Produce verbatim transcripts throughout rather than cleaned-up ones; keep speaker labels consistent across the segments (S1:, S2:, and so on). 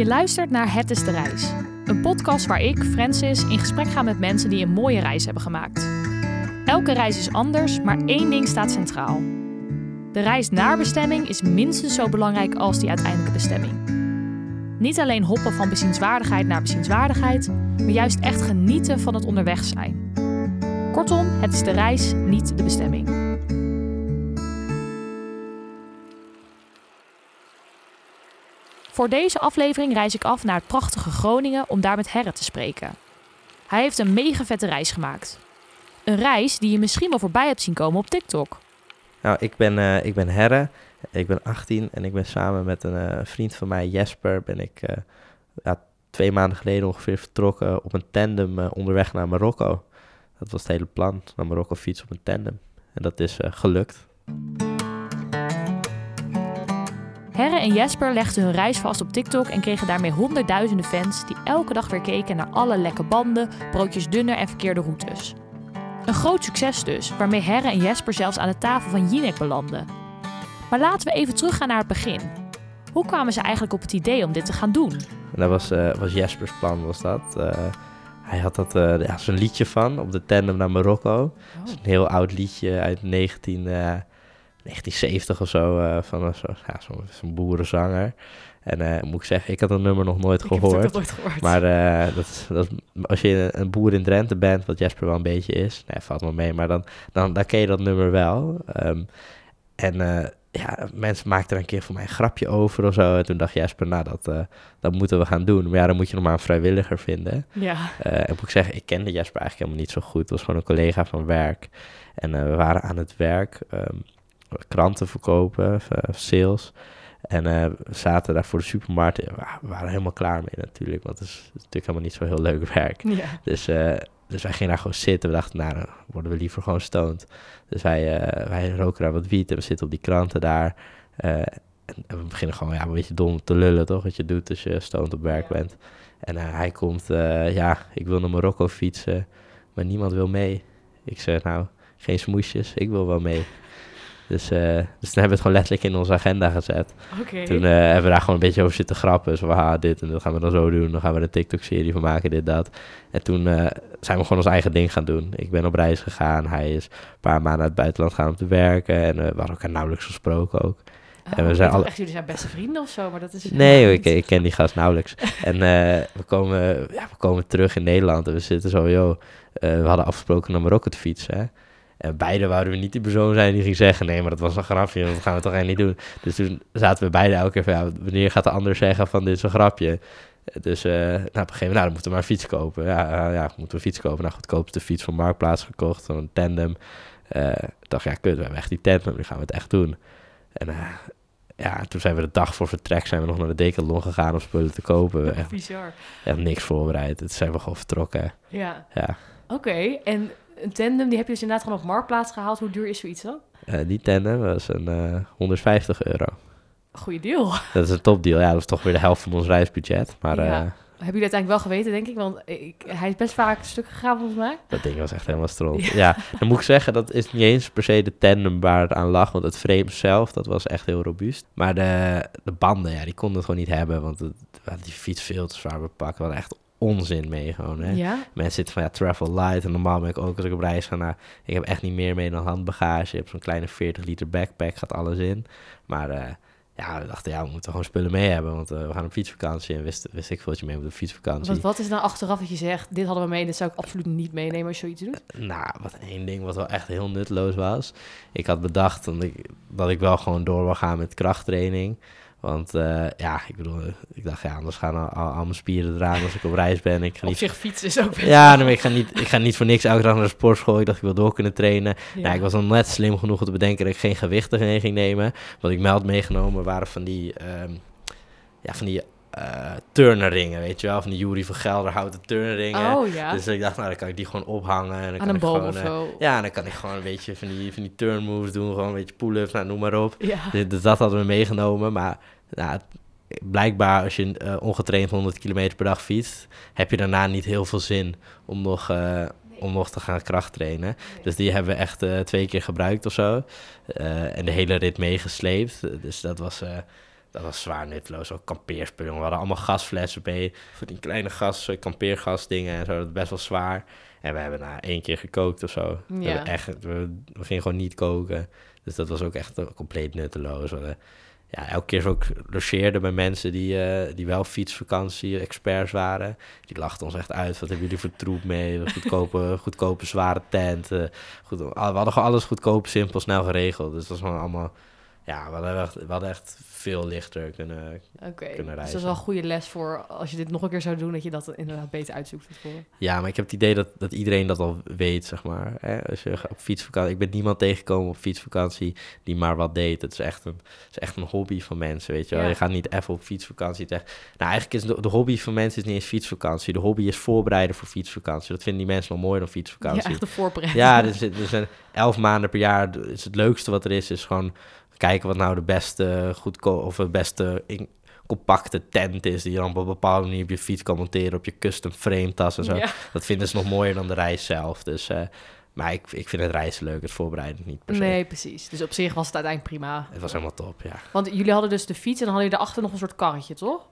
S1: Je luistert naar Het is de Reis. Een podcast waar ik, Francis, in gesprek ga met mensen die een mooie reis hebben gemaakt. Elke reis is anders, maar één ding staat centraal. De reis naar bestemming is minstens zo belangrijk als die uiteindelijke bestemming. Niet alleen hoppen van bezienswaardigheid naar bezienswaardigheid, maar juist echt genieten van het onderweg zijn. Kortom, het is de reis, niet de bestemming. Voor deze aflevering reis ik af naar het prachtige Groningen om daar met Herre te spreken. Hij heeft een mega vette reis gemaakt. Een reis die je misschien wel voorbij hebt zien komen op TikTok.
S2: Nou, ik ben, uh, ik ben Herre, ik ben achttien en ik ben samen met een uh, vriend van mij, Jesper, ben ik uh, ja, twee maanden geleden ongeveer vertrokken op een tandem uh, onderweg naar Marokko. Dat was het hele plan, naar Marokko fietsen op een tandem. En dat is uh, gelukt.
S1: Herre en Jesper legden hun reis vast op TikTok en kregen daarmee honderdduizenden fans die elke dag weer keken naar alle lekke banden, broodjes dunner en verkeerde routes. Een groot succes dus, waarmee Herre en Jesper zelfs aan de tafel van Jinek belanden. Maar laten we even teruggaan naar het begin. Hoe kwamen ze eigenlijk op het idee om dit te gaan doen?
S2: En dat was, uh, was Jespers plan, was dat. Uh, hij had dat, uh, ja, zo'n liedje van, op de tandem naar Marokko. Oh. Dat is een heel oud liedje uit negentien, uh, negentien zeventig of zo, uh, van uh, zo, ja, zo'n, zo'n boerenzanger. En uh, moet ik zeggen, ik had dat nummer nog nooit
S1: ik
S2: gehoord.
S1: heb het nog nooit gehoord.
S2: Maar uh, dat, dat, als je een boer in Drenthe bent, wat Jesper wel een beetje is, nee, valt wel mee, maar dan, dan, dan ken je dat nummer wel. Um, en uh, ja, mensen maakten er een keer voor mij een grapje over of zo. En toen dacht Jesper, nou, dat, uh, dat moeten we gaan doen. Maar ja, dan moet je nog maar een vrijwilliger vinden.
S1: Ja.
S2: Uh, en moet ik zeggen, ik kende Jesper eigenlijk helemaal niet zo goed. Het was gewoon een collega van werk. En uh, we waren aan het werk, um, kranten verkopen, uh, sales. En uh, we zaten daar voor de supermarkt. We waren helemaal klaar mee natuurlijk, want het is, het is natuurlijk helemaal niet zo heel leuk werk.
S1: Ja.
S2: Dus, uh, dus wij gingen daar gewoon zitten. We dachten, nou, dan worden we liever gewoon stoned. Dus wij, uh, wij roken daar wat wiet en we zitten op die kranten daar. Uh, en, en we beginnen gewoon ja, een beetje dom te lullen, toch? Wat je doet als je stoned op werk
S1: Ja.
S2: bent. En uh, hij komt, uh, ja, ik wil naar Marokko fietsen, maar niemand wil mee. Ik zeg, nou, geen smoesjes, ik wil wel mee. Dus, uh, dus toen hebben we het gewoon letterlijk in onze agenda gezet.
S1: Okay.
S2: Toen uh, hebben we daar gewoon een beetje over zitten grappen. Zo, ah, dit en dat gaan we dan zo doen. Dan gaan we een TikTok-serie van maken, dit, dat. En toen uh, zijn we gewoon ons eigen ding gaan doen. Ik ben op reis gegaan. Hij is een paar maanden naar het buitenland gaan om te werken. En uh, we hadden elkaar nauwelijks gesproken ook.
S1: Oh,
S2: en we zijn alle...
S1: echt, jullie zijn beste vrienden of zo, maar dat is...
S2: Nee, ik, ik ken die gast nauwelijks. En uh, we, komen, ja, we komen terug in Nederland en we zitten zo, joh, uh, we hadden afgesproken naar Marokko te fietsen, hè. En beide wouden we niet die persoon zijn die ging zeggen, nee, maar dat was een grapje, dat gaan we toch eigenlijk niet doen. Dus toen zaten we beide elke keer van, ja, wanneer gaat de ander zeggen van, dit is een grapje. Dus uh, nou, op een gegeven moment, nou, dan moeten we maar een fiets kopen. Ja, uh, ja, moeten we een fiets kopen. Nou, goedkoopste fiets van Marktplaats gekocht, zo'n tandem. Uh, ik dacht, ja, kut, we hebben echt die tandem, nu gaan we het echt doen. En uh, ja, toen zijn we de dag voor vertrek, zijn we nog naar de Decathlon gegaan om spullen te kopen. We hebben
S1: bizar.
S2: echt niks voorbereid, toen zijn we gewoon vertrokken.
S1: Ja,
S2: ja.
S1: Oké, okay. En een tandem, die heb je dus inderdaad gewoon op Marktplaats gehaald. Hoe duur is zoiets dan?
S2: Uh, die tandem was een uh, honderdvijftig euro.
S1: Goeie deal.
S2: Dat is een topdeal. Ja, dat is toch weer de helft van ons reisbudget. Maar,
S1: ja.
S2: uh,
S1: Hebben jullie uiteindelijk wel geweten, denk ik? Want ik, hij is best vaak een stuk gegaan, volgens mij.
S2: Dat ding was echt helemaal stront. Ja. ja, dan moet ik zeggen, dat is niet eens per se de tandem waar het aan lag. Want het frame zelf, dat was echt heel robuust. Maar de, de banden, ja, die konden het gewoon niet hebben. Want het, die fiets veel te zwaar bepakt. We hadden echt onzin mee gewoon, hè.
S1: Ja?
S2: Mensen zitten van, ja, travel light. En normaal ben ik ook, als ik op reis ga, nou, ik heb echt niet meer mee dan handbagage. Je hebt zo'n kleine veertig liter backpack, gaat alles in. Maar uh, ja, we dachten, ja, we moeten gewoon spullen mee hebben. Want uh, we gaan op fietsvakantie en wist, wist ik veel dat je mee moet op fietsvakantie.
S1: Want wat is nou achteraf dat je zegt, dit hadden we mee, dit zou ik absoluut niet meenemen als je zoiets doet?
S2: Uh, nou, wat één ding wat wel echt heel nutteloos was. Ik had bedacht dat ik, dat ik wel gewoon door wil gaan met krachttraining. Want uh, ja, ik bedoel, ik dacht, ja, anders gaan al, al, al mijn spieren eraan als ik op reis ben. Ik ga
S1: op
S2: niet...
S1: zich fietsen is ook best
S2: Ja, nee, ik, ga niet, ik ga niet voor niks elke dag naar de sportschool. Ik dacht, ik wil door kunnen trainen.
S1: Ja.
S2: Nou, ik was dan net slim genoeg om te bedenken dat ik geen gewichten mee ging nemen. Wat ik mij had meegenomen waren van die, um, ja, van die uh, turneringen, weet je wel. Van die Jury van Gelder houten turneringen.
S1: Oh ja.
S2: Dus ik dacht, nou, dan kan ik die gewoon ophangen. En dan
S1: aan
S2: kan
S1: een
S2: ik
S1: boom
S2: gewoon,
S1: of zo.
S2: Uh, ja, en dan kan ik gewoon een beetje van die, van die turn moves doen. Gewoon een beetje pull-ups, nou, noem maar op.
S1: Ja.
S2: Dus, dus dat hadden we meegenomen. Maar nou, blijkbaar als je uh, ongetraind honderd kilometer per dag fietst, heb je daarna niet heel veel zin om nog, uh, om nog te gaan krachttrainen. Dus die hebben we echt uh, twee keer gebruikt of zo. Uh, en de hele rit meegesleept. Dus dat was, uh, dat was zwaar nutteloos. Ook kampeerspullen. We hadden allemaal gasflessen bij. Voor die kleine gas, kampeergasdingen en zo. Dat is best wel zwaar. En we hebben na één keer gekookt of zo.
S1: Ja.
S2: We, hebben echt, we, we gingen gewoon niet koken. Dus dat was ook echt uh, compleet nutteloos. We hadden, ja, elke keer zo ook logeerden bij mensen die, uh, die wel fietsvakantie-experts waren. Die lachten ons echt uit. Wat hebben jullie voor troep mee? Goedkope, goedkope zware tent. Uh, goed, we hadden gewoon alles goedkoop, simpel, snel geregeld. Dus dat was gewoon allemaal... Ja, we hadden echt, we hadden echt veel lichter kunnen,
S1: okay.
S2: kunnen reizen.
S1: Dus dat is wel een goede les voor als je dit nog een keer zou doen, dat je dat inderdaad beter uitzoekt voor.
S2: Ja, maar ik heb het idee dat, dat iedereen dat al weet, zeg maar. Hè? Als je op fietsvakantie... Ik ben niemand tegengekomen op fietsvakantie die maar wat deed. Het is echt een, het is echt een hobby van mensen, weet je wel. Ja. Je gaat niet even op fietsvakantie tegen... Nou, eigenlijk is de, de hobby van mensen is niet eens fietsvakantie. De hobby is voorbereiden voor fietsvakantie. Dat vinden die mensen nog mooier dan fietsvakantie.
S1: Ja, echt de voorbereiding.
S2: Ja, dus, dus een elf maanden per jaar is het leukste wat er is, is gewoon... kijken wat nou de beste goedkoop of de beste in, compacte tent is die je dan op een bepaalde manier op je fiets kan monteren op je custom frame tas en zo. Ja. Dat vinden ze nog mooier dan de reis zelf. Dus, uh, maar ik, ik vind het reizen leuk, het voorbereiden niet per se.
S1: Nee, precies. Dus op zich was het uiteindelijk prima.
S2: Het was helemaal top, ja.
S1: Want jullie hadden dus de fiets en dan hadden jullie daarachter nog een soort karretje, toch?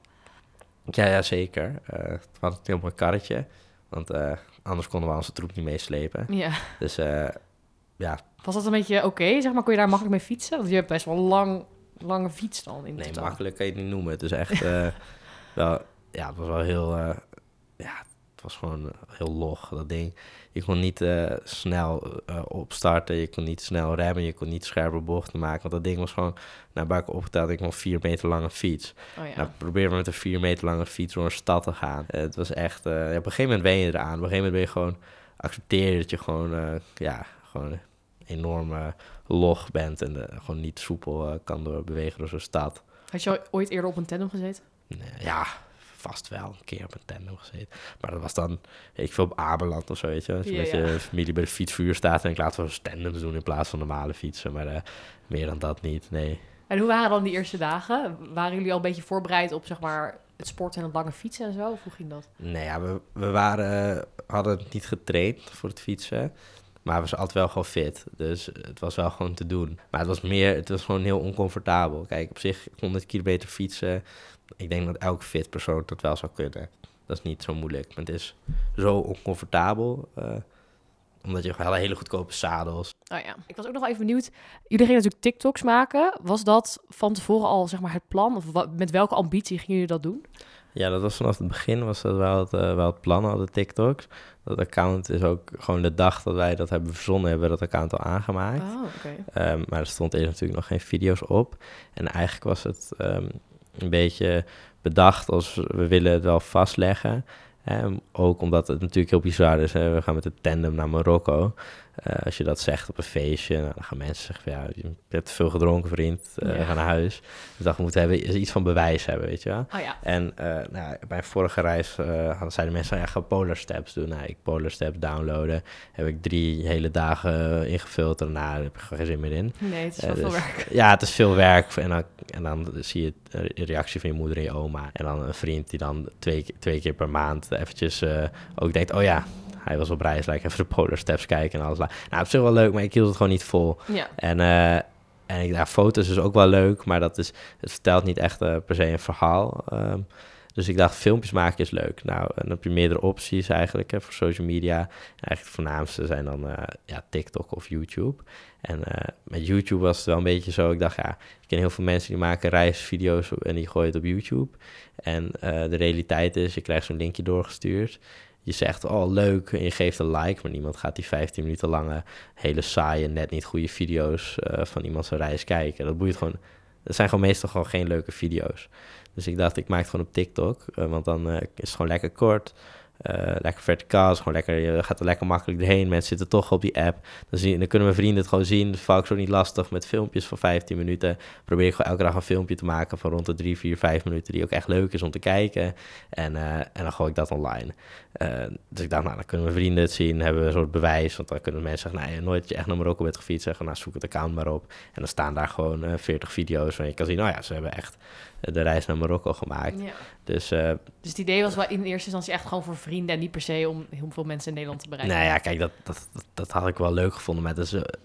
S2: Ja, ja zeker. Uh, het was een heel mooi karretje, want uh, anders konden we onze troep niet meeslepen.
S1: Ja.
S2: Dus uh, ja.
S1: Was dat een beetje oké, okay, zeg maar? Kon je daar makkelijk mee fietsen? Want je hebt best wel een lang, lange fiets dan in
S2: Nee,
S1: totaal.
S2: makkelijk kan je het niet noemen. Het is echt uh, wel... Ja, het was wel heel... Uh, ja, het was gewoon heel log, dat ding. Je kon niet uh, snel uh, opstarten. Je kon niet snel remmen. Je kon niet scherpe bochten maken. Want dat ding was gewoon... Nou, bij elkaar opgeteld, ik nog vier meter lange fiets.
S1: Oh, ja.
S2: Nou, probeer maar met een vier meter lange fiets door een stad te gaan. Uh, het was echt... Uh, ja, op een gegeven moment ben je eraan. Op een gegeven moment ben je gewoon... Accepteer dat je gewoon... Uh, ja, gewoon... enorme log bent en uh, gewoon niet soepel uh, kan door bewegen door zo'n stad.
S1: Had je ooit eerder op een tandem gezeten?
S2: Nee, ja, vast wel een keer op een tandem gezeten. Maar dat was dan, ik veel op Ameland of zo, weet je. Als je
S1: ja,
S2: met je
S1: ja.
S2: familie bij de fietsvuur staat en ik laat we tandems doen in plaats van normale fietsen. Maar uh, meer dan dat niet, nee.
S1: En hoe waren dan die eerste dagen? Waren jullie al een beetje voorbereid op, zeg maar, het sporten en het lange fietsen en zo? Of hoe ging dat?
S2: Nee, ja, we, we waren, uh, hadden niet getraind voor het fietsen. Maar we waren altijd wel gewoon fit. Dus het was wel gewoon te doen. Maar het was meer, het was gewoon heel oncomfortabel. Kijk, op zich honderd kilometer fietsen. Ik denk dat elke fit persoon dat wel zou kunnen. Dat is niet zo moeilijk. Maar het is zo oncomfortabel. Uh, omdat je hadden hele goedkope zadels.
S1: Oh ja. Ik was ook nog wel even benieuwd. Jullie gingen natuurlijk TikToks maken. Was dat van tevoren al, zeg maar, het plan? Of wat, met welke ambitie gingen jullie dat doen?
S2: Ja, dat was vanaf het begin was dat wel het, uh, wel het plan, al de TikToks. Dat account is ook gewoon de dag dat wij dat hebben verzonnen, hebben we dat account al aangemaakt.
S1: Oh, okay.
S2: um, maar er stond eerst natuurlijk nog geen video's op. En eigenlijk was het um, een beetje bedacht als we willen het wel vastleggen. Um, ook omdat het natuurlijk heel bizar is. Hè? We gaan met de tandem naar Marokko. Uh, als je dat zegt op een feestje, nou, dan gaan mensen zeggen van, ja, je hebt te veel gedronken, vriend, uh, ja. Ga naar huis. Dus dat we moeten hebben, iets van bewijs hebben, weet je wel.
S1: Oh, ja.
S2: En uh, nou, bij mijn vorige reis uh, zeiden mensen, ja, ga Polar Steps doen. Nou, ik Polar Steps downloaden. Heb ik drie hele dagen ingevuld. En nou, daar heb ik geen zin meer in.
S1: Nee, het is wel uh,
S2: dus,
S1: veel werk.
S2: Ja, het is veel werk. En dan, en dan zie je de reactie van je moeder en je oma. En dan een vriend die dan twee, twee keer per maand eventjes uh, ook denkt, oh ja, hij was op reis, like, even de Polar Steps kijken en alles. Nou, op zich wel leuk, maar ik hield het gewoon niet vol.
S1: Ja.
S2: En, uh, en ik, ja, foto's is ook wel leuk, maar dat is, het vertelt niet echt uh, per se een verhaal. Um, dus ik dacht, filmpjes maken is leuk. Nou, en dan heb je meerdere opties eigenlijk hè, voor social media. En eigenlijk het voornaamste zijn dan uh, ja, TikTok of YouTube. En uh, met YouTube was het wel een beetje zo. Ik dacht, ja, ik ken heel veel mensen die maken reisvideo's en die gooien het op YouTube. En uh, de realiteit is, je krijgt zo'n linkje doorgestuurd. Je zegt, oh leuk, en je geeft een like, maar niemand gaat die vijftien minuten lange, hele saaie, net niet goede video's uh, van iemand zijn reis kijken. Dat boeit gewoon, dat zijn gewoon meestal gewoon geen leuke video's. Dus ik dacht, ik maak het gewoon op TikTok, uh, want dan uh, is het gewoon lekker kort, uh, lekker verticaal, is gewoon lekker, je gaat er lekker makkelijk doorheen. Mensen zitten toch op die app, dan, zien, dan kunnen mijn vrienden het gewoon zien. Dat val ik zo niet lastig met filmpjes van vijftien minuten. Probeer ik gewoon elke dag een filmpje te maken van rond de drie, vier, vijf minuten, die ook echt leuk is om te kijken. En, uh, en dan gooi ik dat online. Uh, dus ik dacht, nou, dan kunnen mijn vrienden het zien, hebben we een soort bewijs. Want dan kunnen mensen zeggen, nou, je nooit je echt naar Marokko bent gefietst. Zeggen, nou, zoek het account maar op. En dan staan daar gewoon uh, veertig video's van je kan zien, nou ja, ze hebben echt de reis naar Marokko gemaakt. Ja. Dus, uh,
S1: dus het idee was wel in eerste instantie echt gewoon voor vrienden en niet per se om heel veel mensen in Nederland te bereiken.
S2: Nou ja, kijk, dat, dat, dat, dat had ik wel leuk gevonden. Maar dat is, uh,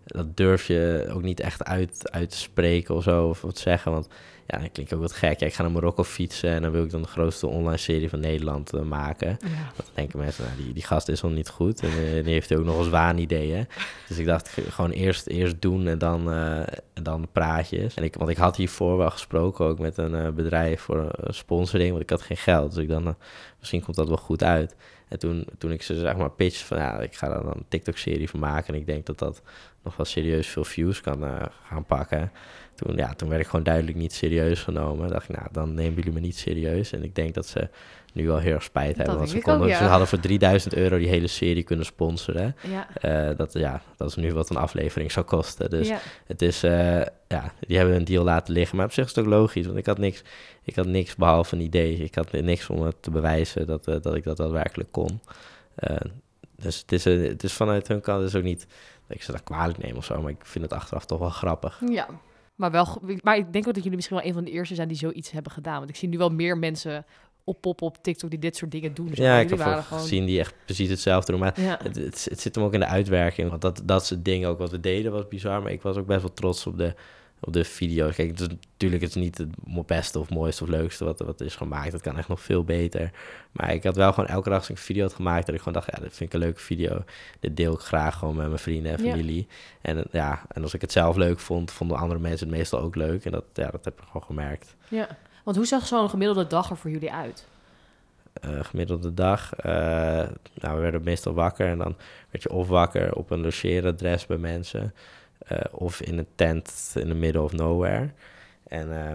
S2: dat durf je ook niet echt uit, uit te spreken of zo, of wat zeggen. Want ja, dat klinkt ook wat gek. Ja, ik ga naar Marokko fietsen en dan wil ik dan de grootste online serie van Nederland uh, maken. Ja. Dan denken mensen, nou, die, die gast is al niet goed. En uh, die heeft ook nog eens waanideeën. Dus ik dacht, gewoon eerst, eerst doen en dan, uh, en dan praatjes. En ik, want ik had hiervoor wel gesproken ook met een uh, bedrijf voor een sponsoring, want ik had geen geld. Dus ik dacht, nou, misschien komt dat wel goed uit. En toen, toen ik ze zeg maar pitchte van, ja, ik ga er dan een TikTok-serie van maken. En ik denk dat dat nog wel serieus veel views kan uh, gaan pakken. Toen, ja, toen werd ik gewoon duidelijk niet serieus genomen. Dacht ik, nou, dan nemen jullie me niet serieus. En ik denk dat ze nu wel heel erg spijt hebben. Want ze, konden, ook, ja. ze hadden voor drieduizend euro die hele serie kunnen sponsoren. Ja. Uh, dat, ja, dat is nu wat een aflevering zou kosten. Dus ja. het is, uh, ja, die hebben een deal laten liggen. Maar op zich is het ook logisch, want ik had niks, ik had niks behalve een idee. Ik had niks om het te bewijzen dat, uh, dat ik dat daadwerkelijk kon. Uh, dus het is, uh, het is vanuit hun kant is ook niet dat ik ze dat kwalijk neem of zo. Maar ik vind het achteraf toch wel grappig.
S3: Ja. Maar, wel, maar ik denk ook dat jullie misschien wel een van de eerste zijn die zoiets hebben gedaan. Want ik zie nu wel meer mensen oppoppen op TikTok die dit soort dingen doen. Dus
S2: ja, ik heb ook gewoon gezien die echt precies hetzelfde doen. Maar ja. het, het, het zit hem ook in de uitwerking. Want dat, dat soort dingen ook wat we deden was bizar. Maar ik was ook best wel trots op de, op de video. Kijk, het is, natuurlijk het is niet het beste of mooiste of leukste wat, wat is gemaakt. Dat kan echt nog veel beter. Maar ik had wel gewoon elke dag als ik een video had gemaakt, dat ik gewoon dacht, ja, dit vind ik een leuke video. Dit deel ik graag gewoon met mijn vrienden en familie. Ja. En ja, en als ik het zelf leuk vond, vonden andere mensen het meestal ook leuk. En dat, ja, dat heb ik gewoon gemerkt.
S3: Ja, want hoe zag zo'n gemiddelde dag er voor jullie uit?
S2: Uh, gemiddelde dag, uh, nou, we werden meestal wakker en dan werd je of wakker op een logeeradres bij mensen, uh, of in een tent in the middle of nowhere. En uh,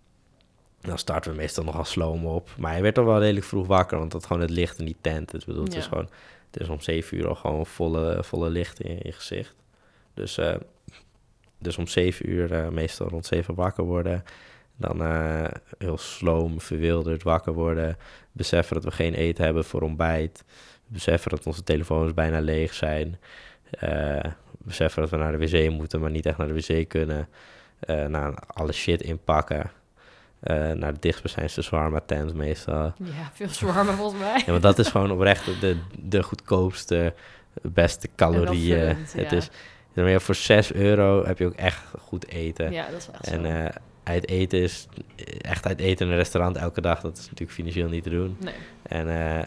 S2: dan starten we meestal nogal sloom op. Maar je werd toch wel redelijk vroeg wakker, want dat gewoon het licht in die tent. Dus bedoel, het ja. is gewoon, het is om zeven uur al gewoon volle, volle licht in je gezicht. Dus, uh, dus om zeven uur, uh, meestal rond zeven wakker worden. Dan uh, heel sloom, verwilderd wakker worden. Beseffen dat we geen eten hebben voor ontbijt. Beseffen dat onze telefoons bijna leeg zijn. Uh, beseffen dat we naar de wc moeten, maar niet echt naar de wc kunnen. Uh, nou, alle shit inpakken. Uh, naar de dichtstbijzijnde shawarma tent meestal.
S3: Ja, veel shawarma volgens mij.
S2: Ja, maar dat is gewoon oprecht de, de goedkoopste, beste calorieën. Het ja. is, ja, voor zes euro heb je ook echt goed eten.
S3: Ja, dat is echt
S2: en,
S3: zo.
S2: Uh, uit eten is echt uit eten in een restaurant elke dag. Dat is natuurlijk financieel niet te doen.
S3: Nee.
S2: En, uh,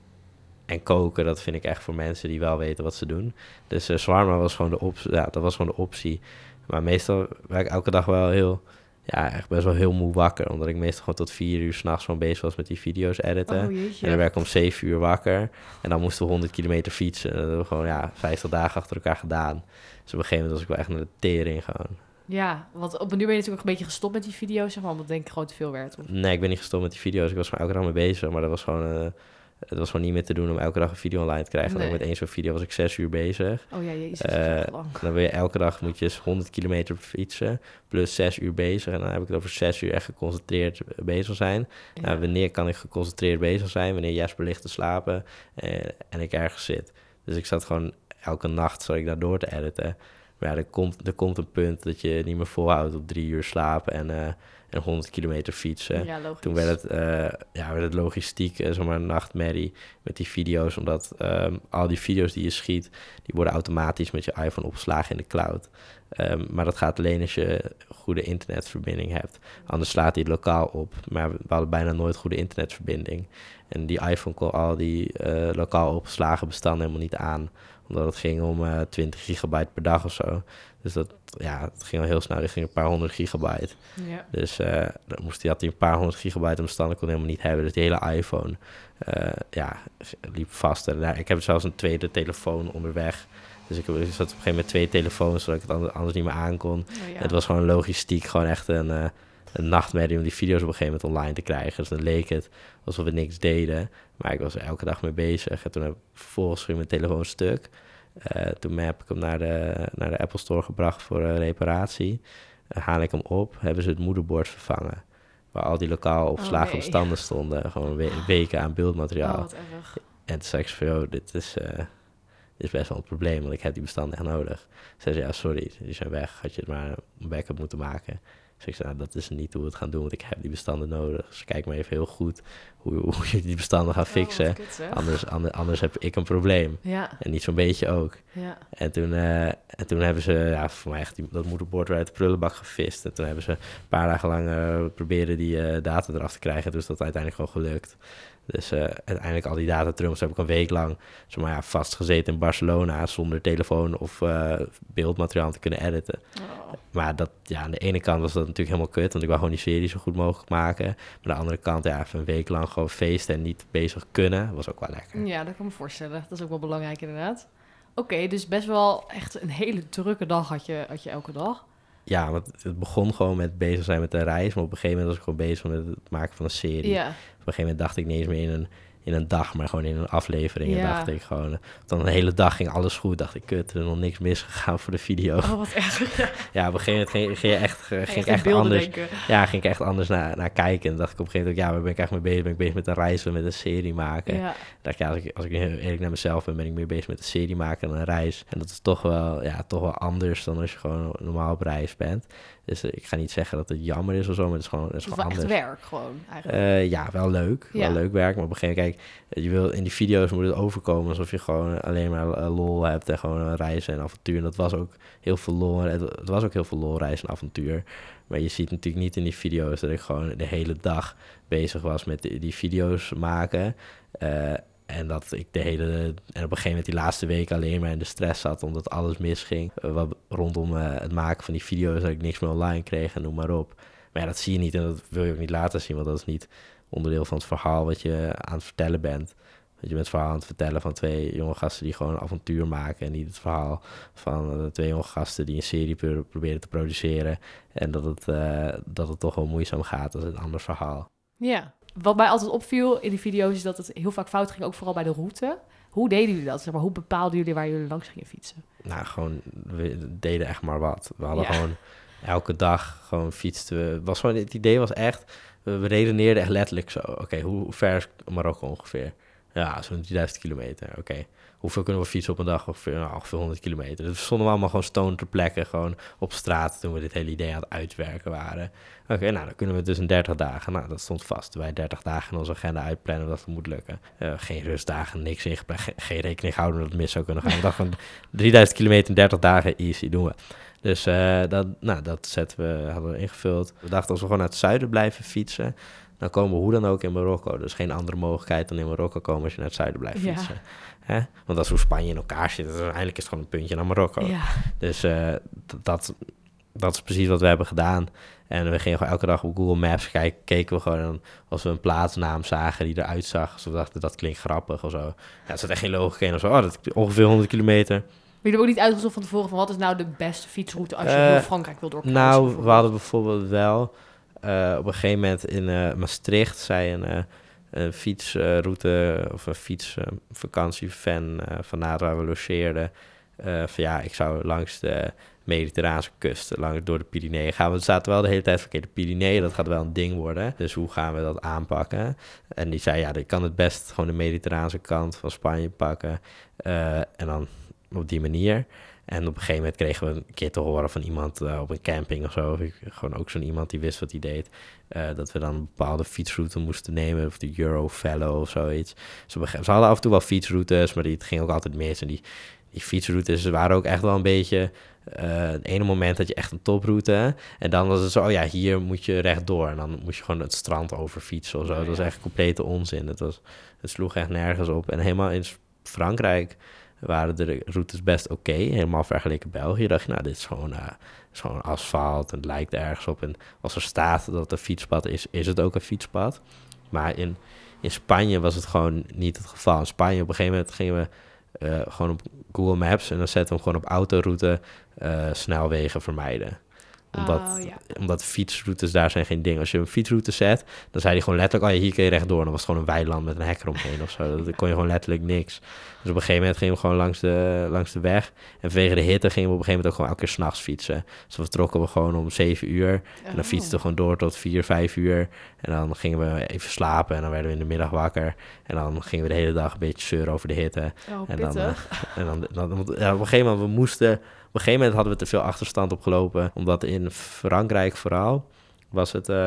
S2: en koken, dat vind ik echt voor mensen die wel weten wat ze doen. Dus uh, shawarma was gewoon de optie. Ja, dat was gewoon de optie. Maar meestal werd ik elke dag wel heel, ja, echt best wel heel moe wakker. Omdat ik meestal gewoon tot vier uur 's nachts gewoon bezig was met die video's editen.
S3: Oh,
S2: en dan werd ik om zeven uur wakker. En dan moesten we honderd kilometer fietsen. En dat hebben we gewoon ja, vijftig dagen achter elkaar gedaan. Dus op een gegeven moment was ik wel echt naar de tering gewoon.
S3: Ja, want op een nu ben je natuurlijk ook een beetje gestopt met die video's, zeg maar, omdat het denk ik gewoon te veel werd. Of?
S2: Nee, ik ben niet gestopt met die video's. Ik was gewoon elke dag mee bezig, maar dat was gewoon, uh, het was gewoon niet meer te doen om elke dag een video online te krijgen. Nee. Met één zo'n video was ik zes uur bezig.
S3: Oh ja, jezus,
S2: uh,
S3: dat is lang.
S2: Dan wil je elke dag moet je honderd kilometer fietsen, plus zes uur bezig. En dan heb ik het over zes uur echt geconcentreerd bezig zijn. Ja. Nou, wanneer kan ik geconcentreerd bezig zijn? Wanneer Jesper ligt te slapen uh, en ik ergens zit. Dus ik zat gewoon elke nacht zat ik daar door te editen. Maar ja, er komt, er komt een punt dat je niet meer volhoudt op drie uur slapen en, uh, en honderd kilometer fietsen.
S3: Ja, logisch.
S2: Toen werd het, uh, ja, werd het logistiek, uh, zomaar een nachtmerrie met die video's. Omdat um, al die video's die je schiet, die worden automatisch met je iPhone opgeslagen in de cloud. Um, maar dat gaat alleen als je een goede internetverbinding hebt. Anders slaat hij het lokaal op. Maar we hadden bijna nooit goede internetverbinding. En die iPhone kon al die uh, lokaal opgeslagen bestanden helemaal niet aan. Omdat het ging om uh, twintig gigabyte per dag of zo. Dus dat, ja, het ging al heel snel richting een paar honderd gigabyte.
S3: Ja.
S2: Dus uh, dan moest hij, had hij een paar honderd gigabyte aan bestanden, kon hij helemaal niet hebben. Dus die hele iPhone, uh, ja, liep vast. En, nou, ik heb zelfs een tweede telefoon onderweg. Dus ik, ik zat op een gegeven moment met twee telefoons, zodat ik het anders, anders niet meer aankon. Oh, ja. Het was gewoon logistiek, gewoon echt een, uh, een nachtmerrie om die video's op een gegeven moment online te krijgen. Dus dan leek het alsof we niks deden. Maar ik was er elke dag mee bezig. En toen heb ik vervolgens ging mijn telefoon stuk. Uh, toen heb ik hem naar de, naar de Apple Store gebracht voor uh, reparatie. Uh, haal ik hem op, hebben ze het moederbord vervangen. Waar al die lokaal opgeslagen oh, nee. bestanden stonden. Gewoon we- weken aan beeldmateriaal.
S3: Oh, wat erg.
S2: En toen zei ik van, joh, dit is, uh, dit is best wel een probleem, want ik heb die bestanden echt nodig. Ze zei, ja, sorry, die zijn weg. Had je het maar een backup moeten maken. Dus ik zei, nou, dat is niet hoe we het gaan doen, want ik heb die bestanden nodig. Dus kijk maar even heel goed hoe, hoe je die bestanden gaat fixen.
S3: Oh, kut,
S2: anders, anders, anders heb ik een probleem.
S3: Ja.
S2: En niet zo'n beetje ook.
S3: Ja.
S2: En toen, uh, en toen hebben ze, ja, voor mij echt die, dat moederbord weer uit de prullenbak gevist. En toen hebben ze een paar dagen lang uh, proberen die uh, data eraf te krijgen. Dus dat is uiteindelijk gewoon gelukt. Dus uh, uiteindelijk al die datatrumps heb ik een week lang zeg maar, ja, vastgezeten in Barcelona zonder telefoon of uh, beeldmateriaal te kunnen editen.
S3: Oh.
S2: Maar dat, ja, aan de ene kant was dat natuurlijk helemaal kut, want ik wou gewoon die serie zo goed mogelijk maken. Maar aan de andere kant, ja, even een week lang gewoon feesten en niet bezig kunnen, was ook wel lekker.
S3: Ja, dat kan me voorstellen. Dat is ook wel belangrijk inderdaad. Oké, okay, dus best wel echt een hele drukke dag had je, had je elke dag.
S2: Ja, want het begon gewoon met bezig zijn met de reis. Maar op een gegeven moment was ik gewoon bezig met het maken van een serie.
S3: Ja.
S2: Op een gegeven moment dacht ik niet eens meer in een, in een dag, maar gewoon in een aflevering.
S3: Ja.
S2: En dacht ik gewoon... Dan een hele dag ging alles goed. Dacht ik, kut, er is nog niks misgegaan voor de video.
S3: Oh, wat erg. Ja,
S2: ja op een gegeven moment ging, ging je echt, ging
S3: echt,
S2: ik echt
S3: beelden
S2: anders...
S3: denken.
S2: Ja, ging ik echt anders naar, naar kijken. En dacht ik op een gegeven moment, ja, waar ben ik echt mee bezig? Ben ik bezig met een reizen, met een serie maken?
S3: Ja.
S2: Dacht ik, ja, als ik, als ik heel eerlijk naar mezelf ben, ben ik meer bezig met een serie maken dan een reis. En dat is toch wel, ja, toch wel anders dan als je gewoon normaal op reis bent. Dus uh, ik ga niet zeggen dat het jammer is of zo, maar het is gewoon, het is
S3: Het is
S2: gewoon
S3: wel
S2: anders.
S3: echt werk gewoon, eigenlijk.
S2: Uh, ja, wel leuk.
S3: Ja.
S2: Wel leuk werk. Maar op een gegeven moment, kijk, je wil, in die video's moet het overkomen alsof je gewoon alleen maar uh, lol hebt en gewoon een reizen en avontuur. En dat was ook heel veel lol. Het, het was ook heel veel lol, reizen en avontuur. Maar je ziet natuurlijk niet in die video's dat ik gewoon de hele dag bezig was met die, die video's maken. Uh, En dat ik de hele... En op een gegeven moment die laatste week alleen maar in de stress zat, omdat alles misging. Uh, wat, rondom uh, het maken van die video's, dat ik niks meer online kreeg en noem maar op. Maar ja, dat zie je niet en dat wil je ook niet laten zien, want dat is niet onderdeel van het verhaal wat je aan het vertellen bent. Want je bent het verhaal aan het vertellen van twee jonge gasten die gewoon een avontuur maken. En niet het verhaal van uh, twee jonge gasten die een serie pro- proberen te produceren. En dat het, uh, dat het toch wel moeizaam gaat, dat is een ander verhaal.
S3: Ja. Wat mij altijd opviel in die video's is dat het heel vaak fout ging, ook vooral bij de route. Hoe deden jullie dat? Zeg maar, hoe bepaalden jullie waar jullie langs gingen fietsen?
S2: Nou, gewoon, we deden echt maar wat. We hadden
S3: Ja.
S2: gewoon elke dag gewoon fietsten we. Was gewoon, het idee was echt, we, we redeneerden echt letterlijk zo. Oké, okay, hoe, hoe ver is Marokko ongeveer? Ja, zo'n drieduizend kilometer. Oké. Okay. Hoeveel kunnen we fietsen op een dag? Ongeveer, nou, ongeveer honderd kilometer. Dus we stonden we allemaal gewoon stoned ter plekke, gewoon op straat toen we dit hele idee aan het uitwerken waren. Oké, okay, nou dan kunnen we het dus in dertig dagen. Nou, dat stond vast. Wij dertig dagen in onze agenda uitplannen dat het moet lukken. Uh, geen rustdagen, niks ingepland. Ge- geen rekening houden dat het mis zou kunnen gaan. Ik dacht van drieduizend kilometer in dertig dagen, easy, doen we. Dus uh, dat, nou, dat zetten we, hadden we ingevuld. We dachten als we gewoon naar het zuiden blijven fietsen, dan komen we hoe dan ook in Marokko. Dus geen andere mogelijkheid dan in Marokko komen als je naar het zuiden blijft
S3: Ja.
S2: fietsen. Hè? Want als hoe Spanje in elkaar zit, dan uiteindelijk is het gewoon een puntje naar Marokko.
S3: Ja.
S2: Dus uh, d- dat, dat is precies wat we hebben gedaan. En we gingen gewoon elke dag op Google Maps kijken, keken we gewoon. En als we een plaatsnaam zagen die eruit zag, dus we dachten dat klinkt grappig of zo. Ja, er zat echt geen logica in of zo. Oh, dat is ongeveer honderd kilometer.
S3: Maar jullie hebben ook niet uitgezocht van tevoren van wat is nou de beste fietsroute als je
S2: Uh,
S3: heel Frankrijk wil doorkruisen?
S2: Nou, we hadden bijvoorbeeld wel uh, op een gegeven moment in uh, Maastricht zei een, uh, een fietsroute uh, of een fietsvakantievan uh, van nader waar we logeerden. Uh, van ja, ik zou langs de Mediterraanse kust, langs door de Pyreneeën gaan. We zaten wel de hele tijd van, oké, okay, de Pyreneeën, dat gaat wel een ding worden. Dus hoe gaan we dat aanpakken? En die zei, ja, je kan het best gewoon de Mediterraanse kant van Spanje pakken. Uh, en dan op die manier. En op een gegeven moment kregen we een keer te horen van iemand uh, op een camping of zo. Gewoon ook zo'n iemand die wist wat hij deed. Uh, dat we dan een bepaalde fietsroute moesten nemen. Of de Eurofellow of zoiets. Ze, ze hadden af en toe wel fietsroutes, maar die, het ging ook altijd mis. En die, die fietsroutes waren ook echt wel een beetje... Uh, het ene moment had je echt een toproute. En dan was het zo, oh ja, hier moet je rechtdoor. En dan moest je gewoon het strand over fietsen of zo.
S3: Oh, ja.
S2: Dat was echt complete onzin. Het, was, het sloeg echt nergens op. En helemaal in Frankrijk waren de routes best oké. Okay. Helemaal vergeleken België. Dacht je, nou, dit is gewoon, uh, is gewoon asfalt. En het lijkt ergens op. En als er staat dat het een fietspad is, is het ook een fietspad. Maar in, in Spanje was het gewoon niet het geval. In Spanje op een gegeven moment gingen we uh, gewoon op Google Maps en dan zetten we hem gewoon op autoroute uh, snelwegen vermijden. Omdat,
S3: oh, ja.
S2: omdat fietsroutes daar zijn geen ding. Als je een fietsroute zet, dan zei hij gewoon letterlijk, oh ja, hier kun je rechtdoor. Dan was het gewoon een weiland met een hek eromheen of zo. Dan kon je gewoon letterlijk niks. Dus op een gegeven moment gingen we gewoon langs de, langs de weg. En vanwege de hitte gingen we op een gegeven moment ook gewoon elke keer 's nachts fietsen. Dus we vertrokken we gewoon om zeven uur. En dan fietsten we gewoon door tot vier, vijf uur. En dan gingen we even slapen en dan werden we in de middag wakker. En dan gingen we de hele dag een beetje zeuren over de hitte.
S3: Oh,
S2: en dan, uh,
S3: pittig.
S2: en dan, dan, dan ja, op een gegeven moment, we moesten... een gegeven moment hadden we te veel achterstand opgelopen. Omdat in Frankrijk vooral was het... Uh,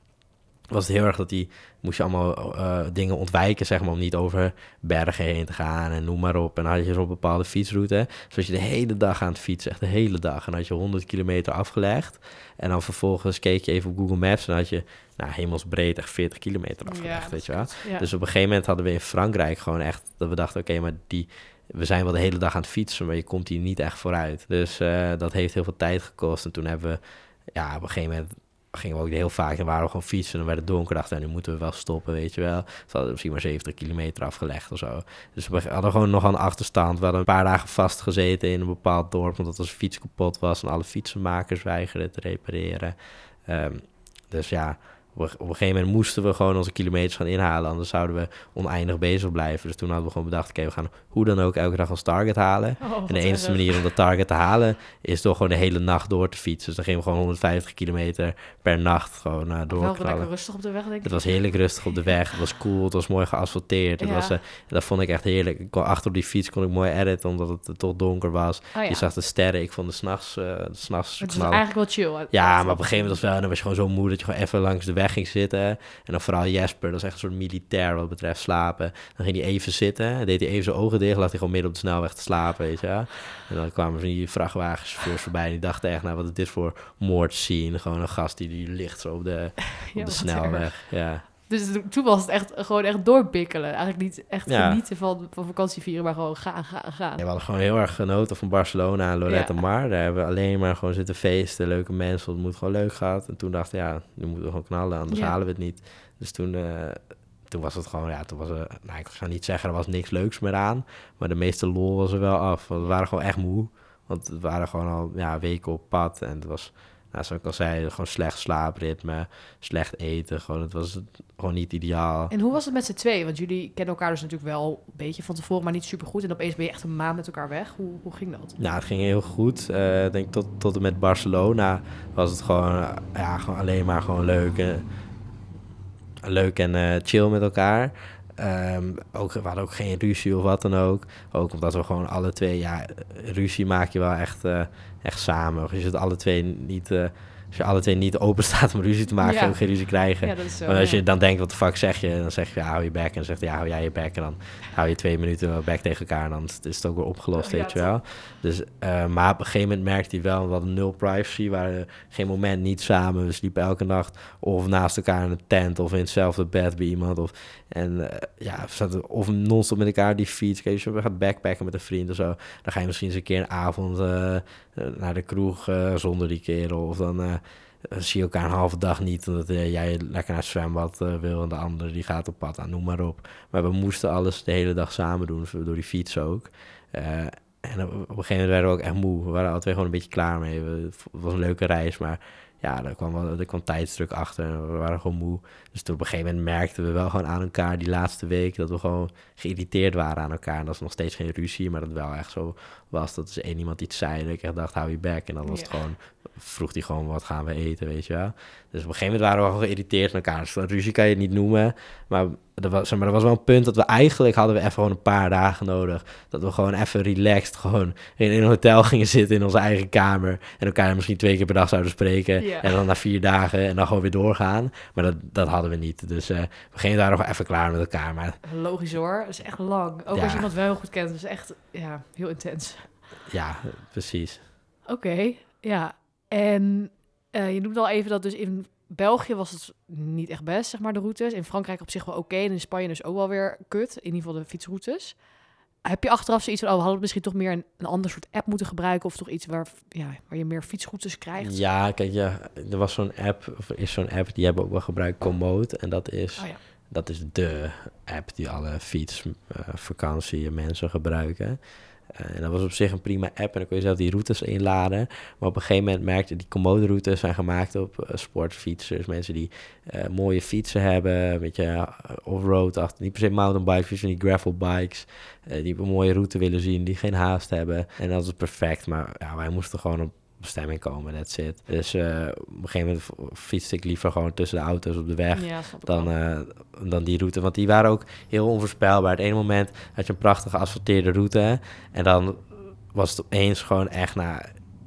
S2: was het heel erg dat die... moest je allemaal uh, dingen ontwijken, zeg maar... om niet over bergen heen te gaan en noem maar op. En dan had je zo'n bepaalde fietsroute. Dus was je de hele dag aan het fietsen, echt de hele dag. En dan had je honderd kilometer afgelegd. En dan vervolgens keek je even op Google Maps... en dan had je nou, hemelsbreed echt veertig kilometer afgelegd, ja, weet je wel. Ja. Dus op een gegeven moment hadden we in Frankrijk gewoon echt... dat we dachten, oké, okay, maar die... we zijn wel de hele dag aan het fietsen... maar je komt hier niet echt vooruit. Dus uh, dat heeft heel veel tijd gekost. En toen hebben we... ja, op een gegeven moment... gingen we ook heel vaak en waren we gewoon fietsen en dan werd het donker. Dachten, en nu moeten we wel stoppen, weet je wel. Ze hadden misschien maar zeventig kilometer afgelegd of zo. Dus we hadden gewoon nog een achterstand. We hadden een paar dagen vastgezeten in een bepaald dorp... omdat onze fiets kapot was en alle fietsenmakers weigerden te repareren. Um, dus ja... Op een gegeven moment moesten we gewoon onze kilometers gaan inhalen... anders zouden we oneindig bezig blijven. Dus toen hadden we gewoon bedacht... oké, okay, we gaan hoe dan ook elke dag ons target halen. Oh, en de enige manier om dat target te halen... is door gewoon de hele nacht door te fietsen. Dus dan gingen we gewoon honderdvijftig kilometer per nacht gewoon uh, doorknallen.
S3: Wel lekker rustig op de weg, denk ik.
S2: Het was heerlijk rustig op de weg. Het was cool, het was mooi geasfalteerd. Het ja. was, uh, dat vond ik echt heerlijk. Ik kon, achter op die fiets kon ik mooi editen... omdat het uh, toch donker was. Oh, ja. Je zag de sterren. Ik vond de s'nachts... Uh, s'nachts
S3: het was eigenlijk wel chill.
S2: Ja, maar op een gegeven moment was wel... en dan was je gewoon zo moe... dat je gewoon even langs de weg ging zitten. En dan vooral Jesper, dat is echt een soort militair wat betreft slapen. Dan ging hij even zitten, deed hij even zijn ogen dicht, lag hij gewoon midden op de snelweg te slapen, weet je. En dan kwamen van die vrachtwagenchauffeurs voorbij en die dachten echt, nou wat is dit voor moordscene? Gewoon een gast die, die ligt zo op de, op ja, de snelweg. Erg. Ja.
S3: Dus toen was het echt gewoon echt doorbikkelen. Eigenlijk niet echt ja. genieten van, van vakantie vieren, maar gewoon gaan, gaan, gaan.
S2: Ja, we hadden gewoon heel erg genoten van Barcelona en Lloret de ja. Mar. Daar hebben we alleen maar gewoon zitten feesten, leuke mensen. Het moet gewoon leuk gehad. En toen dachten we, ja, nu moeten we gewoon knallen, anders ja. halen we het niet. Dus toen, uh, toen was het gewoon, ja, toen was er, nou, ik zou niet zeggen, er was niks leuks meer aan. Maar de meeste lol was er wel af. Want we waren gewoon echt moe. Want we waren gewoon al ja, weken op pad en het was... Nou, zoals ik al zei, gewoon slecht slaapritme, slecht eten. Gewoon, het was gewoon niet ideaal.
S3: En hoe was het met z'n tweeën? Want jullie kennen elkaar dus natuurlijk wel een beetje van tevoren, maar niet super goed. En opeens ben je echt een maand met elkaar weg. Hoe, hoe ging dat?
S2: Nou, het ging heel goed. Uh, ik denk tot, tot en met Barcelona was het gewoon, uh, ja, gewoon alleen maar gewoon leuk. Uh, leuk en uh, chill met elkaar. Um, ook, we hadden ook geen ruzie of wat dan ook. Ook omdat we gewoon alle twee... Ja, ruzie maak je wel echt, uh, echt samen. Als je het alle twee niet... Uh, als je alle twee niet open staat om ruzie te maken... Ja. Ga je ook geen ruzie krijgen. Ja, dat is zo, maar als je ja. dan denkt, wat de fuck zeg je? Dan zeg je, ja, hou je bek. En dan zegt hij, ja, hou jij je bek. En dan hou je twee minuten bek tegen elkaar. En dan is het ook weer opgelost, oh, weet ja, je wel. Dus, uh, maar op een gegeven moment merkte hij wel... we hadden nul privacy. We waren geen moment niet samen. We sliepen elke nacht of naast elkaar in een tent... of in hetzelfde bed bij iemand. Of, en uh, ja, we zaten of non-stop met elkaar die fiets. Kijk, als je gaat backpacken met een vriend of zo... dan ga je misschien eens een keer een avond uh, naar de kroeg uh, zonder die kerel. Of dan... Uh, Uh, zie je elkaar een halve dag niet, omdat uh, jij lekker naar het zwembad uh, wil en de andere die gaat op pad aan, noem maar op. Maar we moesten alles de hele dag samen doen, door die fiets ook. Uh, en op, op een gegeven moment werden we ook echt moe. We waren alle twee gewoon een beetje klaar mee. We, het was een leuke reis, maar ja, er kwam, wel, er kwam tijdsdruk achter en we waren gewoon moe. Dus toen op een gegeven moment merkten we wel gewoon aan elkaar die laatste week dat we gewoon geïrriteerd waren aan elkaar. En dat is nog steeds geen ruzie, maar dat wel echt zo was. Dat is één iemand iets zei en ik echt dacht, hou je bek. En dan was ja. het gewoon, vroeg hij gewoon, wat gaan we eten, weet je wel. Dus op een gegeven moment waren we gewoon geïrriteerd aan elkaar. Dus ruzie kan je het niet noemen, maar er was, zeg maar er was wel een punt dat we eigenlijk hadden we even gewoon een paar dagen nodig. Dat we gewoon even relaxed gewoon in, in een hotel gingen zitten in onze eigen kamer. En elkaar misschien twee keer per dag zouden spreken. Yeah. En dan na vier dagen en dan gewoon weer doorgaan. Maar dat, dat hadden we niet. Dus uh, we gingen daar nog even klaar met elkaar. Maar...
S3: Logisch hoor, dat is echt lang. Ook ja. als je iemand wel heel goed kent. Dat is echt ja, heel intens.
S2: Ja, precies.
S3: Oké, okay, ja. En uh, je noemde al even dat dus in België was het niet echt best, zeg maar, de routes. In Frankrijk op zich wel oké. Okay. En in Spanje dus ook wel weer kut. In ieder geval de fietsroutes. Heb je achteraf zoiets van, oh, we hadden misschien toch meer een, een ander soort app moeten gebruiken? Of toch iets waar, ja, waar je meer fietsroutes krijgt?
S2: Ja, kijk, ja, er was zo'n app, of er is zo'n app, die hebben we ook wel gebruikt, Komoot. En dat is, oh, ja. dat is de app die alle fietsvakantie uh, mensen gebruiken. Uh, en dat was op zich een prima app en dan kon je zelf die routes inladen. Maar op een gegeven moment merkte je, die Komoot-routes zijn gemaakt op uh, sportfietsers. Mensen die uh, mooie fietsen hebben, een beetje uh, off-road achter. Niet per se mountainbikes, maar die gravelbikes. Uh, die op een mooie route willen zien, die geen haast hebben. En dat is perfect, maar ja, wij moesten gewoon op bestemming komen, that's it. Dus uh, op een gegeven moment fietste ik liever gewoon tussen de auto's op de weg ja, dan, uh, dan die route. Want die waren ook heel onvoorspelbaar. Het ene moment had je een prachtige asfalteerde route en dan was het opeens gewoon echt na...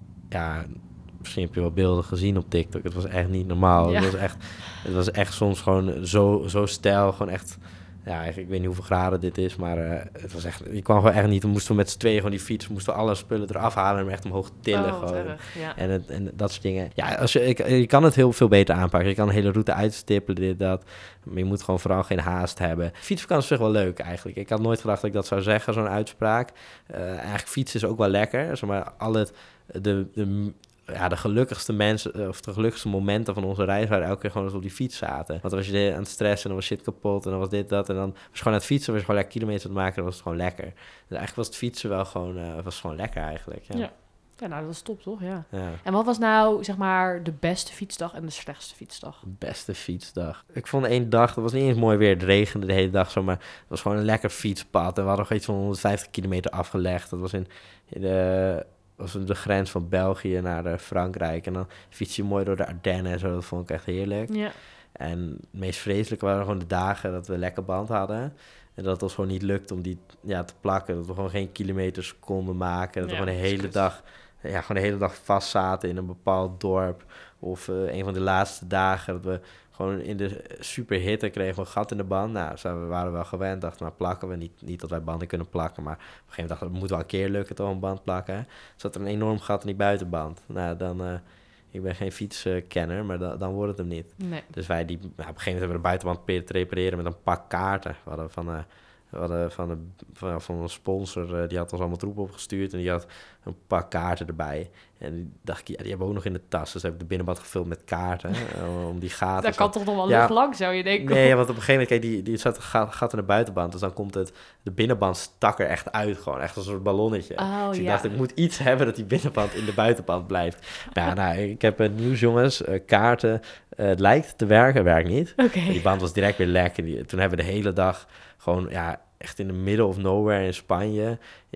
S2: Ja, misschien heb je wel beelden gezien op TikTok. Het was echt niet normaal.
S3: Ja.
S2: Het was echt, het was echt soms gewoon zo, zo stijl. Gewoon echt... Ja, ik weet niet hoeveel graden dit is, maar uh, het was echt... Je kwam gewoon echt niet... We moesten met z'n tweeën gewoon die fiets... moesten alle spullen eraf halen en hem echt omhoog tillen.
S3: Oh, wat
S2: gewoon.
S3: erg, ja.
S2: En, het, en dat soort dingen. Ja, als je, ik, je kan het heel veel beter aanpakken. Je kan een hele route uitstippelen, dit, dat. Maar je moet gewoon vooral geen haast hebben. Fietsvakantie is echt wel leuk eigenlijk. Ik had nooit gedacht dat ik dat zou zeggen, zo'n uitspraak. Uh, eigenlijk fietsen is ook wel lekker. Zeg maar, al het... De, de, ja, de gelukkigste mensen, of de gelukkigste momenten van onze reis waren elke keer gewoon dat we op die fiets zaten. Want dan was je aan het stressen en dan was shit kapot en dan was dit, dat. En dan was je gewoon aan het fietsen, was je gewoon lekker kilometers aan het maken en dan was het gewoon lekker. Dus eigenlijk was het fietsen wel gewoon, uh, was gewoon lekker eigenlijk. Ja.
S3: Ja. Ja, nou, dat is top, toch? Ja.
S2: Ja.
S3: En wat was nou, zeg maar, de beste fietsdag en de slechtste fietsdag?
S2: Beste fietsdag. Ik vond één dag, dat was niet eens mooi weer, het regende de hele dag, zo, maar het was gewoon een lekker fietspad. En we hadden nog iets van honderdvijftig kilometer afgelegd. Dat was in, in de... was de grens van België naar uh, Frankrijk. En dan fiets je mooi door de Ardennen en zo. Dat vond ik echt heerlijk.
S3: Ja.
S2: En het meest vreselijke waren gewoon de dagen dat we lekker band hadden. En dat het ons gewoon niet lukt om die ja, te plakken. Dat we gewoon geen kilometers konden maken. Dat
S3: Ja,
S2: we gewoon de hele
S3: kut.
S2: dag... Ja, gewoon de hele dag vast zaten in een bepaald dorp. Of uh, een van de laatste dagen dat we gewoon in de superhitte kregen we een gat in de band. Nou, zo, we waren wel gewend. Dachten, maar plakken we niet. Niet dat wij banden kunnen plakken. Maar op een gegeven moment dachten we, het moet wel een keer lukken toch een band plakken. Hè? Zat er een enorm gat in die buitenband. Nou, dan... Uh, ik ben geen fietskenner, maar da- dan wordt het hem niet.
S3: Nee.
S2: Dus wij die... Nou, op een gegeven moment hebben we de buitenband geprobeerd te repareren met een pak kaarten. We hadden van... Uh, We hadden van een, van, van een sponsor, uh, die had ons allemaal troep opgestuurd. En die had een pak kaarten erbij. En die dacht ik, ja, die hebben we ook nog in de tas. Dus heb ik de binnenbad gevuld met kaarten. uh, om die gaten...
S3: Dat kan toch nog wel
S2: ja,
S3: lucht lang, zou je denken?
S2: Nee, want op een gegeven moment, kijk, die, die zat een gat, gat in de buitenband. Dus dan komt het... De binnenband stak er echt uit, gewoon. Echt als een soort ballonnetje.
S3: Oh,
S2: dus ik
S3: ja.
S2: dacht, ik moet iets hebben dat die binnenband in de buitenband blijft. Ja, nou, ik heb uh, nieuws, jongens. Uh, kaarten. Uh, het lijkt te werken, werkt niet.
S3: Oké.
S2: Die band was direct weer lek. En die, toen hebben we de hele dag gewoon... ja echt in de middle of nowhere in Spanje.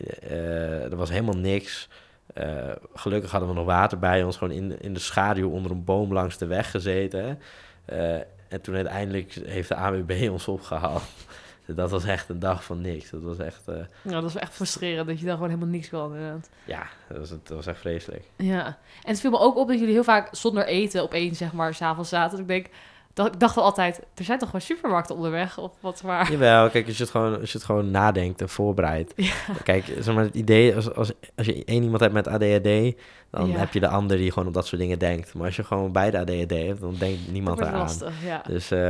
S2: Uh, er was helemaal niks. Uh, gelukkig hadden we nog water bij ons. Gewoon in, in de schaduw onder een boom langs de weg gezeten. Uh, en toen uiteindelijk heeft de A W B ons opgehaald. Dat was echt een dag van niks. Dat was echt... Uh...
S3: Ja, dat is echt frustrerend dat je dan gewoon helemaal niks kan, inderdaad.
S2: Ja, dat was, dat was echt vreselijk.
S3: Ja. En het viel me ook op dat jullie heel vaak zonder eten opeens, zeg maar, 's avonds zaten. Dus ik denk... Dat, ik dacht wel altijd, er zijn toch gewoon supermarkten onderweg of wat maar.
S2: Jawel, kijk, als je het gewoon, als je het gewoon nadenkt en voorbereidt.
S3: Ja.
S2: Kijk, zeg maar, het idee, als, als, als je één iemand hebt met A D H D, dan
S3: Ja.
S2: heb je de ander die gewoon op dat soort dingen denkt. Maar als je gewoon beide A D H D hebt, dan denkt niemand
S3: Dat wordt
S2: eraan.
S3: lastig, ja.
S2: Dus uh,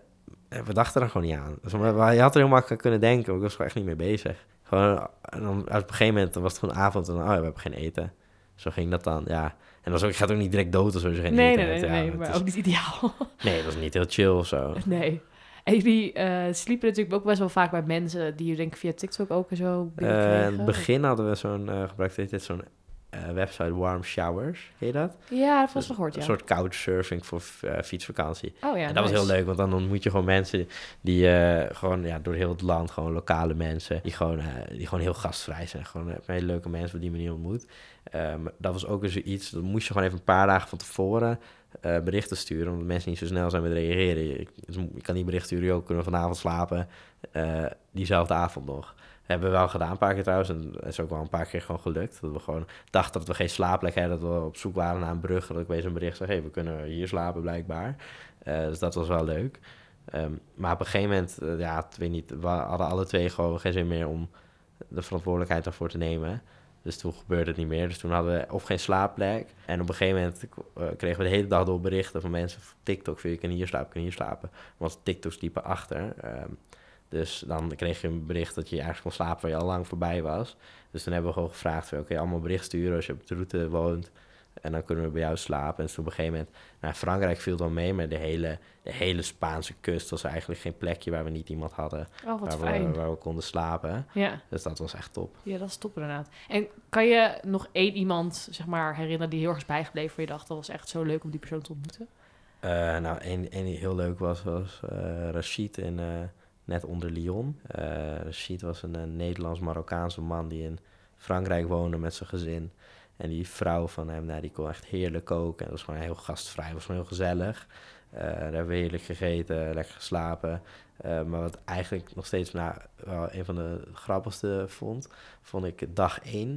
S2: we dachten er gewoon niet aan. Dus, maar, je had er heel makkelijk kunnen denken, maar ik was gewoon echt niet mee bezig. Gewoon, en dan, op een gegeven moment dan was het gewoon avond en dan, oh ja, we hebben geen eten. Zo ging dat dan, ja. En dan was ook, je gaat ook niet direct dood of zo. Als je geen
S3: Nee,
S2: eten
S3: nee,
S2: hebt.
S3: nee,
S2: Ja,
S3: nee,
S2: het
S3: maar
S2: is-
S3: ook niet ideaal.
S2: Nee, dat was niet heel chill of zo.
S3: Nee. En jullie eh, sliepen natuurlijk ook best wel vaak bij mensen die je denk ik via TikTok ook en zo
S2: Uh,
S3: binnenkregen.
S2: in het begin hadden we zo'n, uh, gebruikte dit zo'n uh, website Warm Showers, ken je dat?
S3: Ja, dat was wel gehoord, ja.
S2: Een soort couchsurfing voor uh, fietsvakantie.
S3: Oh ja,
S2: en dat was
S3: nice.
S2: heel leuk, want dan ontmoet je gewoon mensen die uh, gewoon ja, door heel het land, gewoon lokale mensen, die gewoon, uh, die gewoon heel gastvrij zijn. Gewoon uh, hele leuke mensen op die manier ontmoet. Um, dat was ook weer zoiets, dan moest je gewoon even een paar dagen van tevoren uh, berichten sturen, omdat mensen niet zo snel zijn met reageren. Je, je kan niet berichten sturen, joh, kunnen we vanavond slapen? Uh, diezelfde avond nog. Hebben we wel gedaan een paar keer trouwens. En het is ook wel een paar keer gewoon gelukt. Dat we gewoon dachten dat we geen slaapplek hadden. Dat we op zoek waren naar een brug. Dat ik wees een bericht zeg, hey, we kunnen hier slapen blijkbaar. Uh, dus dat was wel leuk. Um, maar op een gegeven moment, uh, ja, ik weet niet, we hadden alle twee gewoon geen zin meer om de verantwoordelijkheid daarvoor te nemen. Dus toen gebeurde het niet meer. Dus toen hadden we of geen slaapplek. En op een gegeven moment uh, kregen we de hele dag door berichten van mensen op TikTok. Je kan hier slapen, kan hier slapen. Want TikToks liepen achter. Um, Dus dan kreeg je een bericht dat je eigenlijk kon slapen waar je al lang voorbij was. Dus toen hebben we gewoon gevraagd, oké, okay, allemaal bericht sturen als je op de route woont. En dan kunnen we bij jou slapen. En dus toen op een gegeven moment, nou, Frankrijk viel dan mee, maar de hele, de hele Spaanse kust was eigenlijk geen plekje waar we niet iemand hadden.
S3: Oh, wat
S2: waar
S3: fijn.
S2: we, waar we konden slapen.
S3: Ja.
S2: Dus dat was echt top.
S3: Ja, dat is top inderdaad. En kan je nog één iemand, zeg maar, herinneren die heel erg is bijgebleven? Waar je dacht, dat was echt zo leuk om die persoon te ontmoeten?
S2: Uh, nou, één, één die heel leuk was, was uh, Rachid in... Uh, net onder Lyon. Uh, Rachid was een, een Nederlands-Marokkaanse man die in Frankrijk woonde met zijn gezin. En die vrouw van hem, nou, die kon echt heerlijk koken. En dat was gewoon heel gastvrij, was gewoon heel gezellig. Uh, daar hebben we heerlijk gegeten, lekker geslapen. Uh, maar wat eigenlijk nog steeds nou, wel een van de grappigste vond, vond ik dag één.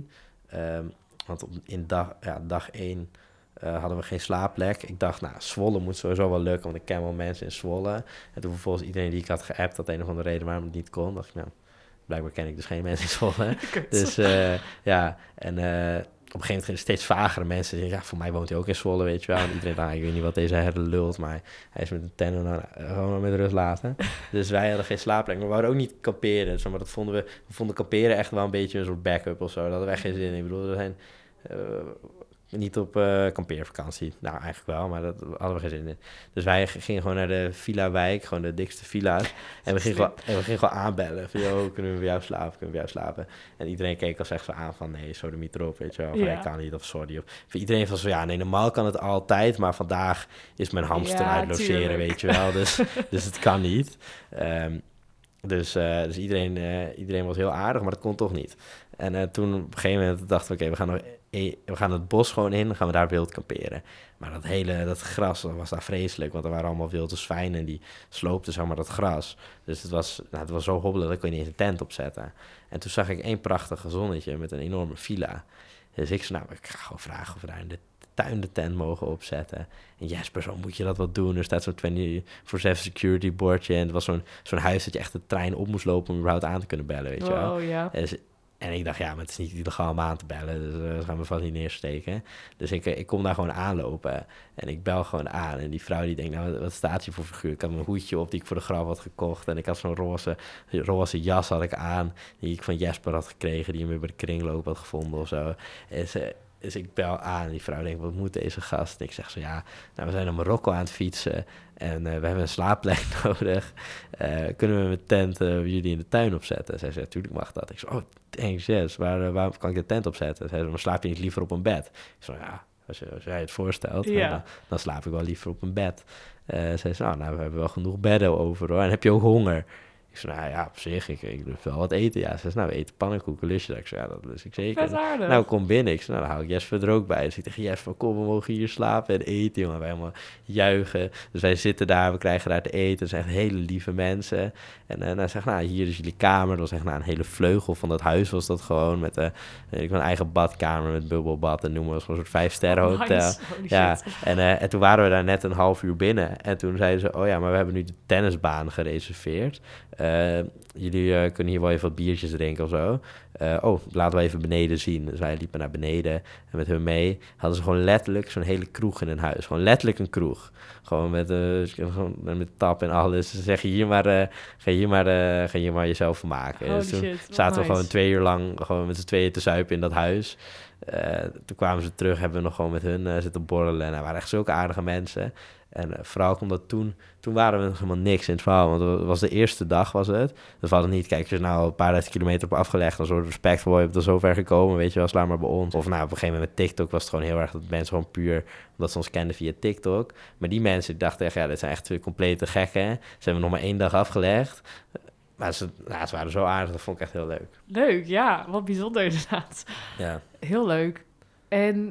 S2: Um, want op, in dag, ja, dag één uh, hadden we geen slaapplek. Ik dacht, nou, Zwolle moet sowieso wel lukken, want ik ken wel mensen in Zwolle. En toen vervolgens iedereen die ik had geappt, dat een of andere reden waarom het niet kon. Dacht ik, nou, blijkbaar ken ik dus geen mensen in Zwolle. Dus uh, ja, en... Uh, op een gegeven moment steeds vagere mensen. Ja, voor mij woont hij ook in Zwolle, weet je wel. En iedereen dacht, ik weet niet wat deze herder lult, maar hij is met een tent nou, gewoon met rust laten. Dus wij hadden geen slaapplek. Maar we wouden ook niet kamperen. Dus, maar dat vonden we, we vonden kamperen echt wel een beetje een soort backup of zo. Daar hadden wij geen zin in. Ik bedoel, we zijn uh, niet op uh, kampeervakantie. Nou, eigenlijk wel, maar dat hadden we geen zin in. Dus wij gingen gewoon naar de Villa-wijk, gewoon de dikste villa's. En we gingen gewoon, en we gingen gewoon aanbellen. Van, joh, kunnen we bij jou slapen? Kunnen we bij jou slapen? En iedereen keek als echt zo aan van, nee, sodemiet erop, weet je wel. Van, ja. Ik kan niet, of sorry. Of, voor iedereen van zo, ja, nee, normaal kan het altijd, maar vandaag is mijn hamster ja, uit logeren, weet je wel. Dus, dus het kan niet. Um, dus uh, dus iedereen, uh, iedereen was heel aardig, maar dat kon toch niet. En uh, toen op een gegeven moment dachten we, oké, okay, we gaan nog... we gaan het bos gewoon in, dan gaan we daar wild kamperen. Maar dat hele, dat gras, dat was daar vreselijk, want er waren allemaal wilde zwijnen die sloopten zeg maar dat gras. Dus het was, nou, het was zo hobbelig, dat kon je niet eens een tent opzetten. En toen zag ik één prachtige zonnetje met een enorme villa. Dus ik zei, nou, ik ga gewoon vragen of we daar in de tuin de tent mogen opzetten. En Jesper, zo moet je dat wel doen. Er staat zo'n vierentwintig zeven security bordje en het was zo'n, zo'n huis dat je echt de trein op moest lopen om überhaupt aan te kunnen bellen, weet je wel.
S3: Oh, ja.
S2: Dus, en ik dacht, ja, maar het is niet illegaal om aan te bellen, dus uh, dat gaan we vast niet neersteken. Dus ik, ik kom daar gewoon aanlopen en ik bel gewoon aan. En die vrouw die denkt, nou, wat staat hier voor figuur? Ik had mijn hoedje op die ik voor de graf had gekocht. En ik had zo'n roze, roze jas had ik aan, die ik van Jesper had gekregen, die hem weer bij de kringloop had gevonden of zo. En ze... Dus ik bel aan en die vrouw denkt, wat moet deze gast? En ik zeg zo, ja, nou, we zijn naar Marokko aan het fietsen en uh, we hebben een slaapplek nodig. Uh, kunnen we mijn tent uh, jullie in de tuin opzetten? Zij zei, natuurlijk mag dat. Ik zei, oh, thanks, yes. Waar, uh, waar kan ik de tent opzetten? Zij zei, maar slaap je niet liever op een bed? Ik zei, ja, als, je, als jij het voorstelt,
S3: ja.
S2: dan, dan slaap ik wel liever op een bed. Uh, zij zei, nou, nou, we hebben wel genoeg bedden over, hoor. En heb je ook honger? Ik zei, nou ja, op zich, ik, ik lust wel wat eten. Ja, ze zei, nou, we eten pannenkoeken, lust je dat? Ik zei, ja, dat lust ik zeker. Nou, kom binnen. Ik zei, nou, dan hou ik Jesper er ook bij. Dus ik tegen Jesper, kom, we mogen hier slapen en eten, jongen. Wij helemaal juichen. Dus wij zitten daar, we krijgen daar te eten. Dat zijn echt hele lieve mensen. En uh, nou, zeg, nou, hier is jullie kamer. Dat was echt nou, een hele vleugel van dat huis was dat gewoon. Met uh, ik een eigen badkamer met bubbelbad en noemen we het. Een soort vijfsterren
S3: oh,
S2: hotel.
S3: Nice.
S2: Ja, en, uh, en toen waren we daar net een half uur binnen. En toen zeiden ze, oh ja, maar we hebben nu de tennisbaan gereserveerd. Uh, jullie uh, kunnen hier wel even wat biertjes drinken of zo. Uh, oh, laten we even beneden zien. Dus wij liepen naar beneden en met hun mee hadden ze gewoon letterlijk zo'n hele kroeg in hun huis. Gewoon letterlijk een kroeg. Gewoon met, uh, gewoon met tap en alles. Ze zeggen hier maar, uh, ga, hier maar uh, ga hier maar jezelf vermaken.
S3: Holy
S2: dus toen
S3: shit,
S2: zaten
S3: nice.
S2: we gewoon twee uur lang gewoon met z'n tweeën te zuipen in dat huis. Uh, toen kwamen ze terug, hebben we nog gewoon met hun uh, zitten borrelen. En er waren echt zulke aardige mensen. En uh, vooral omdat toen, toen waren we nog helemaal niks in het verhaal. Want het was de eerste dag, was het. Dus we hadden niet, kijk, als je nou een paar duizend kilometer op afgelegd, dan soort respectvol, je hebt er zo ver gekomen, weet je wel, sla maar bij ons. Of nou, op een gegeven moment met TikTok was het gewoon heel erg dat mensen gewoon puur, omdat ze ons kenden via TikTok. Maar die mensen die dachten echt, ja, dit zijn echt twee complete gekken. Ze hebben nog maar één dag afgelegd. Maar ze, nou, ze waren zo aardig, dat vond ik echt heel leuk.
S3: Leuk, ja. Wat bijzonder inderdaad.
S2: Ja.
S3: Heel leuk. En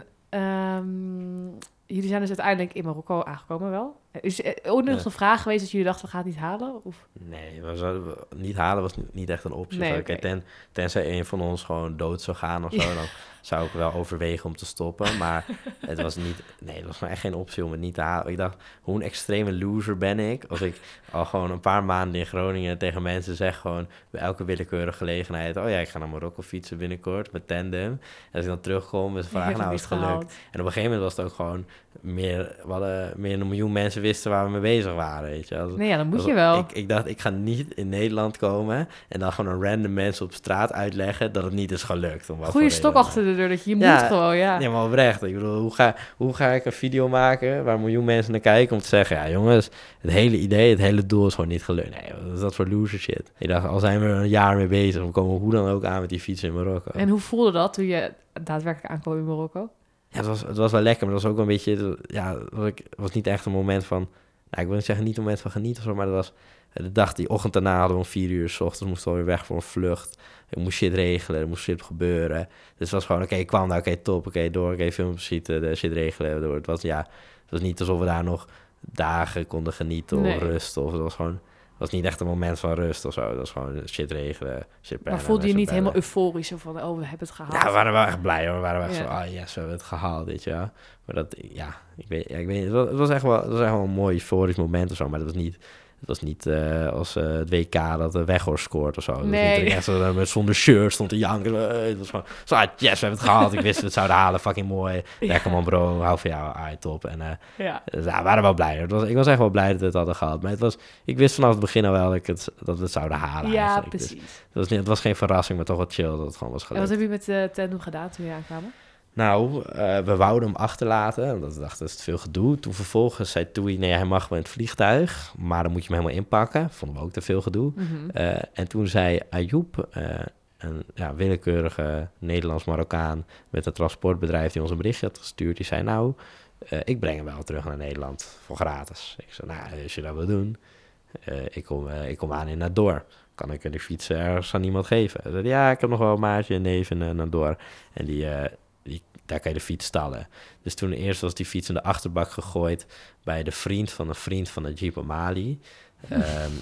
S3: um, jullie zijn dus uiteindelijk in Marokko aangekomen wel? Is er ooit nog een vraag geweest dat jullie dachten, we gaan het niet halen? Of?
S2: Nee, we zouden, niet halen was niet echt een optie.
S3: Nee,
S2: okay.
S3: okay.
S2: Ten, tenzij een van ons gewoon dood zou gaan of zo, ja. Dan zou ik wel overwegen om te stoppen. Maar het was niet, nee, het was maar echt geen optie om het niet te halen. Ik dacht, hoe een extreme loser ben ik als ik al gewoon een paar maanden in Groningen tegen mensen zeg gewoon bij elke willekeurige gelegenheid, oh ja, ik ga naar Marokko fietsen binnenkort met tandem. En als ik dan terugkom en ze vragen, nou is het gelukt. En op een gegeven moment was het ook gewoon meer, we hadden meer dan een miljoen mensen wisten waar we mee bezig waren, weet je. Als,
S3: nee, ja, dan moet
S2: als,
S3: je wel.
S2: Ik, ik dacht, ik ga niet in Nederland komen en dan gewoon een random mensen op straat uitleggen dat het niet is gelukt.
S3: Goeie stok achter de deur, dat je, je ja, moet gewoon, ja.
S2: Nee, maar oprecht. Ik bedoel, hoe ga, hoe ga ik een video maken waar een miljoen mensen naar kijken om te zeggen, ja jongens, het hele idee, het hele doel is gewoon niet gelukt. Nee, wat is dat voor loser shit? Ik dacht, al zijn we er een jaar mee bezig, we komen hoe dan ook aan met die fietsen in Marokko.
S3: En hoe voelde dat toen je daadwerkelijk aankwam in Marokko?
S2: Ja, het was, het was wel lekker, maar dat was ook een beetje, ja, het was, het was niet echt een moment van, nou, ik wil niet zeggen niet een moment van genieten of zo, maar dat was de dag, die ochtend daarna hadden we om vier uur 's ochtends, moesten we weer weg voor een vlucht. Ik moest shit regelen, er moest shit gebeuren. Dus het was gewoon, oké, okay, ik kwam daar, oké, okay, top, oké, okay, door, oké, okay, filmpjes schieten, de shit regelen, door. Het was, ja, het was niet alsof we daar nog dagen konden genieten of nee. rusten, of het was gewoon, was niet echt een moment van rust of zo. Dat was gewoon shit regelen, shit
S3: Maar voelde je niet helemaal euforisch of van, oh, we hebben het gehaald?
S2: Ja, we waren wel echt blij hoor. We waren wel echt
S3: Ja.
S2: zo, oh yes, we hebben het gehaald, weet je wel. Maar dat, ja, ik weet, ja, ik weet het was, het was echt wel, het was echt wel een mooi euforisch moment of zo, maar dat was niet... Het was niet uh, als uh, het W K dat de Weghorst scoort of zo.
S3: Nee.
S2: Dat was niet echt zo, met zonder shirt stond te janken. Uh, het was gewoon zo, ah, yes, we hebben het gehaald. Ik wist dat we het zouden halen. Fucking mooi.
S3: Ja.
S2: Lekker man bro, hou van jou. Ah, top. En uh,
S3: Ja.
S2: dus, ja, we waren wel blij. Het was, ik was echt wel blij dat we het hadden gehad. Maar het was, ik wist vanaf het begin al wel dat, ik het, dat we het zouden halen.
S3: Ja,
S2: eigenlijk.
S3: precies.
S2: Dus het, was niet, het was geen verrassing, maar toch wat chill dat het gewoon was
S3: En
S2: gelukt.
S3: wat heb je met uh, Tandem gedaan toen je aankwamen?
S2: Nou, uh, we wouden hem achterlaten, omdat we dachten dat is te veel gedoe. Toen vervolgens zei Toei, nee, hij mag wel in het vliegtuig, maar dan moet je hem helemaal inpakken. Vonden we ook te veel gedoe.
S3: Mm-hmm.
S2: Uh, en toen zei Ayoub, uh, een ja, willekeurige Nederlands-Marokkaan met een transportbedrijf die ons een berichtje had gestuurd, die zei, nou, uh, ik breng hem wel terug naar Nederland voor gratis. Ik zei, nou, als je dat wil doen, uh, ik, kom, uh, ik kom aan in Nador. Kan ik die fiets ergens aan iemand geven? Hij zei, ja, ik heb nog wel een maatje, een neef in uh, Nador. En die... Uh, Die, daar kan je de fiets stallen. Dus toen eerst was die fiets in de achterbak gegooid bij de vriend van een vriend van de Jeep Amali. Um,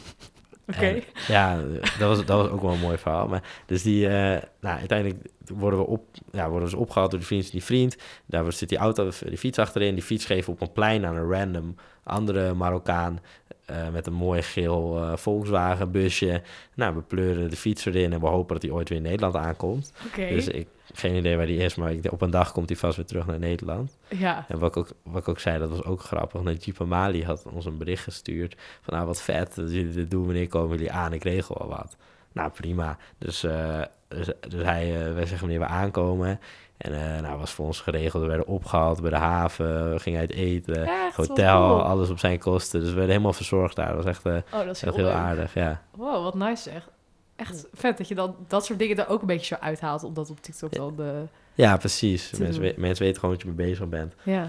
S3: Oké. Okay.
S2: Ja, dat was, dat was ook wel een mooi verhaal. Maar, dus die, uh, nou, uiteindelijk worden we, op, ja, worden we dus opgehaald door de vriend van die vriend. Daar zit die auto, die fiets achterin. Die fiets geven op een plein aan een random andere Marokkaan. Uh, met een mooi geel uh, Volkswagen busje. Nou, we pleuren de fiets erin en we hopen dat hij ooit weer in Nederland aankomt.
S3: Okay.
S2: Dus ik geen idee waar die is, maar ik, op een dag komt hij vast weer terug naar Nederland.
S3: Ja.
S2: En wat ik ook, wat ik ook zei, dat was ook grappig. De Jeep Amali had ons een bericht gestuurd van, nou, wat vet, dat jullie dit doen, wanneer komen jullie aan? Ik regel wel wat. Nou, prima. Dus, uh, dus, dus hij, uh, wij zeggen wanneer we aankomen. En uh, nou, was voor ons geregeld. We werden opgehaald bij de haven. We gingen uit eten.
S3: Echt,
S2: hotel,
S3: cool.
S2: Alles op zijn kosten. Dus we werden helemaal verzorgd daar. Dat was echt, uh,
S3: oh, dat is
S2: echt
S3: heel,
S2: heel
S3: leuk.
S2: aardig, ja.
S3: Wow, wat nice zeg. Echt vet dat je dan dat soort dingen er ook een beetje zo uithaalt. Omdat op TikTok
S2: ja.
S3: dan de...
S2: Ja, precies. Mensen, we, mensen weten gewoon dat je mee bezig bent.
S3: Ja.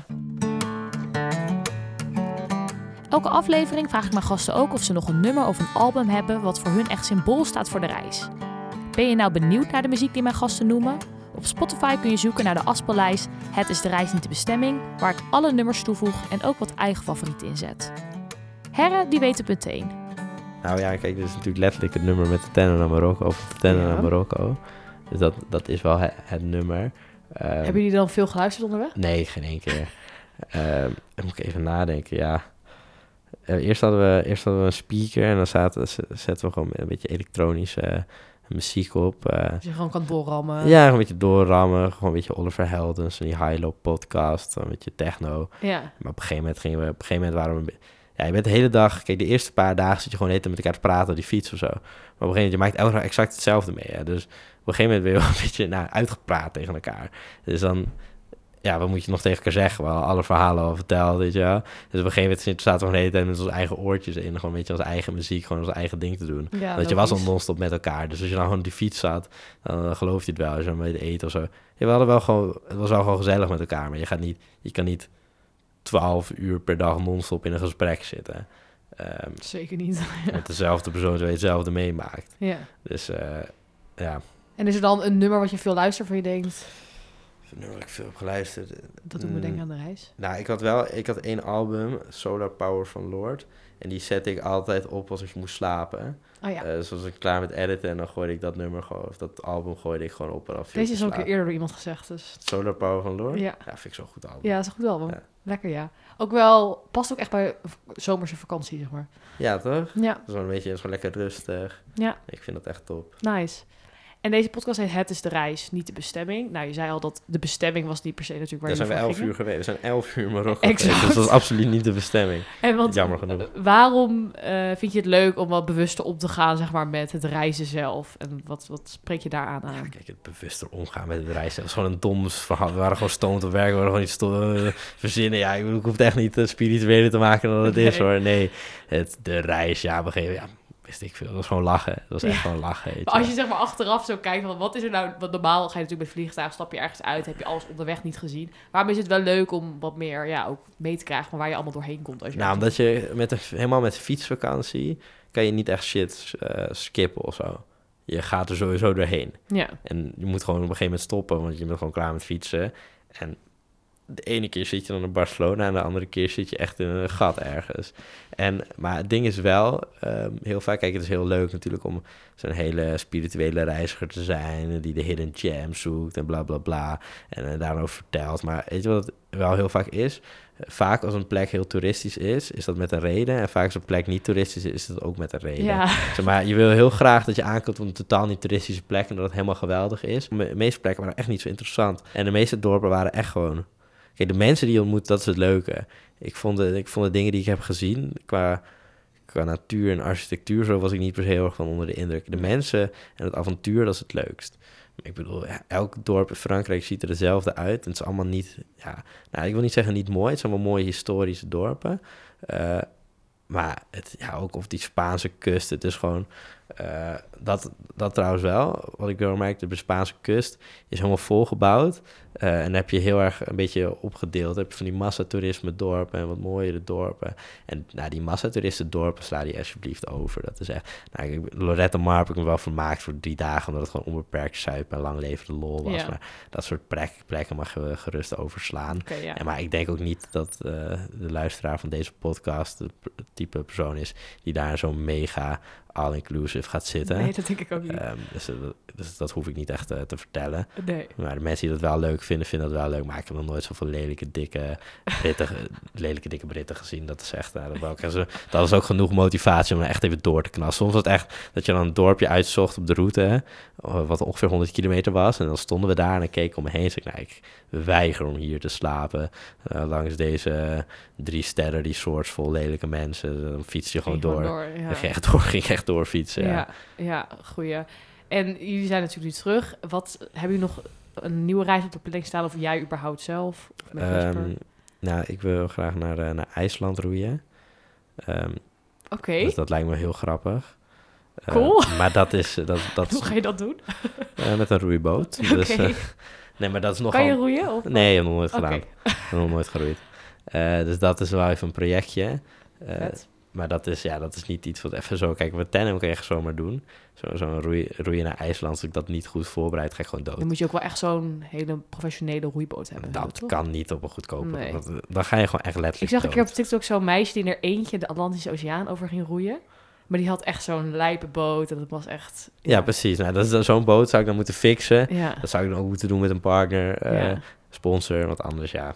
S1: Elke aflevering vraag ik mijn gasten ook of ze nog een nummer of een album hebben wat voor hun echt symbool staat voor de reis. Ben je nou benieuwd naar de muziek die mijn gasten noemen? Op Spotify kun je zoeken naar de afspeellijst Het is de reis niet de bestemming, waar ik alle nummers toevoeg en ook wat eigen favorieten inzet. Herre, die weet het meteen.
S2: Nou ja, kijk, dit is natuurlijk letterlijk het nummer met de tenner naar Marokko, of de tenner
S3: Ja.
S2: naar Marokko. Dus dat, dat is wel het, het nummer. Um,
S3: Hebben jullie dan veel geluisterd onderweg?
S2: Nee, geen één keer. um, dan moet ik even nadenken, ja. Uh, eerst, hadden we, eerst hadden we een speaker en dan zaten, zetten we gewoon een beetje elektronische uh, muziek op. Uh,
S3: Dat je gewoon kan doorrammen.
S2: ja, een beetje doorrammen. Gewoon een beetje Oliver Heldens, die high-low podcast, een beetje techno.
S3: Ja.
S2: Maar op een gegeven moment gingen we, op een gegeven moment waren we... Ja, je bent de hele dag... Kijk, de eerste paar dagen zit je gewoon net met elkaar te praten op die fiets of zo. Maar op een gegeven moment, je maakt elke dag exact hetzelfde mee. Hè? Dus op een gegeven moment ben je wel een beetje nou, uitgepraat tegen elkaar. Dus dan... Ja, wat moet je nog tegen elkaar zeggen? Wel alle verhalen al verteld, weet je wel. Dus op een gegeven moment zaten we gewoon de hele tijd met onze eigen oortjes in. Gewoon een beetje onze eigen muziek, gewoon onze eigen ding te doen.
S3: Ja,
S2: Want je was al non-stop met elkaar. Dus als je dan gewoon op die fiets zat, dan, dan geloof je het wel. Als je dan mee eten of zo. Ja, we hadden wel gewoon... Het was wel gewoon gezellig met elkaar. Maar je gaat niet... Je kan niet twaalf uur per dag non-stop in een gesprek zitten. Um,
S3: Zeker niet.
S2: met dezelfde persoon die hetzelfde meemaakt.
S3: Ja.
S2: Dus uh, ja.
S3: En is er dan een nummer wat je veel luistert van je denkt...
S2: Een nummer dat ik veel heb geluisterd.
S3: Dat doet me
S2: mm,
S3: denken aan de reis.
S2: Nou, ik had wel... Ik had één album, Solar Power van Lord. En die zette ik altijd op als ik moest slapen.
S3: Oh ja.
S2: Uh, dus was ik klaar met editen en dan gooide ik dat nummer gewoon... Of dat album gooide ik gewoon op en af.
S3: Deze is al een keer eerder door iemand gezegd, dus...
S2: Solar Power van Lord?
S3: Ja.
S2: Ja, vind ik zo'n goed album.
S3: Ja, dat is een goed album.
S2: Ja.
S3: Lekker, ja. Ook wel... Past ook echt bij zomerse vakantie, zeg maar.
S2: Ja, toch?
S3: Ja.
S2: Dat is wel een beetje... Dat is gewoon lekker rustig.
S3: Ja.
S2: Ik vind dat echt top.
S3: Nice. En deze podcast heet Het is de reis, niet de bestemming. Nou, je zei al dat de bestemming was niet per se natuurlijk waar
S2: Daar zijn we
S3: jullie
S2: elf
S3: voor
S2: uur geweest. We zijn elf uur in Marokko
S3: Exact.
S2: geweest. Dus dat is absoluut niet de bestemming.
S3: En want,
S2: Jammer genoeg.
S3: waarom uh, vind je het leuk om wat bewuster om te gaan, zeg maar, met het reizen zelf? En wat, wat spreek je daaraan aan?
S2: Ja, kijk, het bewuster omgaan met het reizen. Dat was gewoon een dom verhaal. We waren gewoon stoned op werk. We waren gewoon iets uh, verzinnen. Ja, ik, ik hoef het echt niet uh, spiritueler te maken dan het
S3: nee.
S2: is, hoor. Nee, het, de reis, ja, op een gegeven moment... Ja, wist ik veel. Dat was gewoon lachen. Dat was echt
S3: Ja.
S2: gewoon lachen. Weet je.
S3: Maar als je zeg maar achteraf zo kijkt, van wat is er nou... Want normaal ga je natuurlijk met vliegtuig, stap je ergens uit, heb je alles onderweg niet gezien. Waarom is het wel leuk om wat meer, ja, ook mee te krijgen van waar je allemaal doorheen komt? Als je
S2: Nou, omdat je met een, helemaal met fietsvakantie kan je niet echt shit uh, skippen of zo. Je gaat er sowieso doorheen.
S3: Ja.
S2: En je moet gewoon op een gegeven moment stoppen, want je bent gewoon klaar met fietsen. En de ene keer zit je dan in Barcelona en de andere keer zit je echt in een gat ergens. En, maar het ding is wel, um, heel vaak, kijk, het is heel leuk natuurlijk om zo'n hele spirituele reiziger te zijn, die de hidden gems zoekt en bla bla bla, en uh, daarover vertelt. Maar weet je wat het wel heel vaak is? Vaak als een plek heel toeristisch is, is dat met een reden. En vaak als een plek niet toeristisch is, is dat ook met een reden.
S3: Ja.
S2: Zeg maar je wil heel graag dat je aankomt op een totaal niet toeristische plek en dat het helemaal geweldig is. De meeste plekken waren echt niet zo interessant. En de meeste dorpen waren echt gewoon... Kijk, de mensen die je ontmoet, dat is het leuke. Ik vond de, ik vond de dingen die ik heb gezien, qua, qua natuur en architectuur, zo was ik niet per se heel erg van onder de indruk. De mensen en het avontuur, dat is het leukst. Ik bedoel, ja, elk dorp in Frankrijk ziet er hetzelfde uit. En het is allemaal niet, ja, nou, ik wil niet zeggen niet mooi. Het zijn allemaal mooie historische dorpen. Uh, maar het, ja, ook of die Spaanse kust, het is gewoon... Uh, dat, dat trouwens wel, wat ik wel merk, de Spaanse kust is helemaal volgebouwd. Uh, en dan heb je heel erg een beetje opgedeeld. Dan heb je van die massatoerisme dorpen en wat mooiere dorpen. En nou, die massatoeristen dorpen, sla die alsjeblieft over. Dat is echt... Nou, ik, Lorette Mar heb ik me wel vermaakt voor drie dagen, omdat het gewoon onbeperkt zuipen en lang leven de lol was. Ja. Maar dat soort plek, plekken mag je gerust overslaan.
S3: Okay, ja.
S2: En, maar ik denk ook niet dat uh, de luisteraar van deze podcast het type persoon is die daar zo'n mega all-inclusive gaat zitten.
S3: Nee, dat denk ik ook niet.
S2: Um, dus, dus dat hoef ik niet echt uh, te vertellen.
S3: Nee.
S2: Maar de mensen die dat wel leuk vinden, vinden dat wel leuk. Maar ik heb nog nooit zoveel lelijke, dikke Britten, lelijke, dikke Britten gezien. Dat is echt, uh, dat, is, dat is ook genoeg motivatie om er echt even door te knallen. Soms was het echt dat je dan een dorpje uitzocht op de route, hè, wat ongeveer honderd kilometer was. En dan stonden we daar en dan keek ik om me heen. Zeg, nou, ik weiger om hier te slapen. Uh, langs deze drie sterren resorts vol lelijke mensen. Dan fiets je gewoon
S3: ging
S2: door.
S3: door ja.
S2: Dan ging echt door, ging echt door fietsen. Ja,
S3: ja, ja goeie. En jullie zijn natuurlijk nu terug. Wat, hebben jullie nog een nieuwe reis op de planning staan? Of jij überhaupt zelf? Of met
S2: um, nou, ik wil graag naar, uh, naar IJsland roeien. Um,
S3: Oké. Okay.
S2: Dus dat lijkt me heel grappig.
S3: Cool.
S2: Uh, maar dat is... Dat, dat
S3: Hoe ga je dat doen?
S2: Uh, met een roeiboot.
S3: Oké.
S2: Dus, uh, nee, maar dat is nogal...
S3: Kan je roeien? Of?
S2: Nee, ik heb nog nooit gedaan.
S3: Okay.
S2: Ik heb nog nooit geroeid. Uh, dus dat is wel even een projectje. Uh, maar dat is, ja, dat is niet iets wat even zo... Kijk, met Tandem kan je echt zomaar doen. Zo'n zo roei, roeien naar IJsland, als ik dat niet goed voorbereid, ga ik gewoon dood.
S3: Dan moet je ook wel echt zo'n hele professionele roeiboot hebben.
S2: Dat
S3: zo,
S2: kan niet op een goedkope.
S3: Nee.
S2: Want dan ga je gewoon echt letterlijk
S3: Ik zag
S2: dood.
S3: een keer op TikTok zo'n meisje die in er eentje de Atlantische Oceaan over ging roeien. Maar die had echt zo'n lijpe boot en dat was echt...
S2: Ja, ja precies. Nou, dat is dan zo'n boot zou ik dan moeten fixen.
S3: Ja.
S2: Dat zou ik dan ook moeten doen met een partner, uh,
S3: ja.
S2: sponsor. Want anders, ja,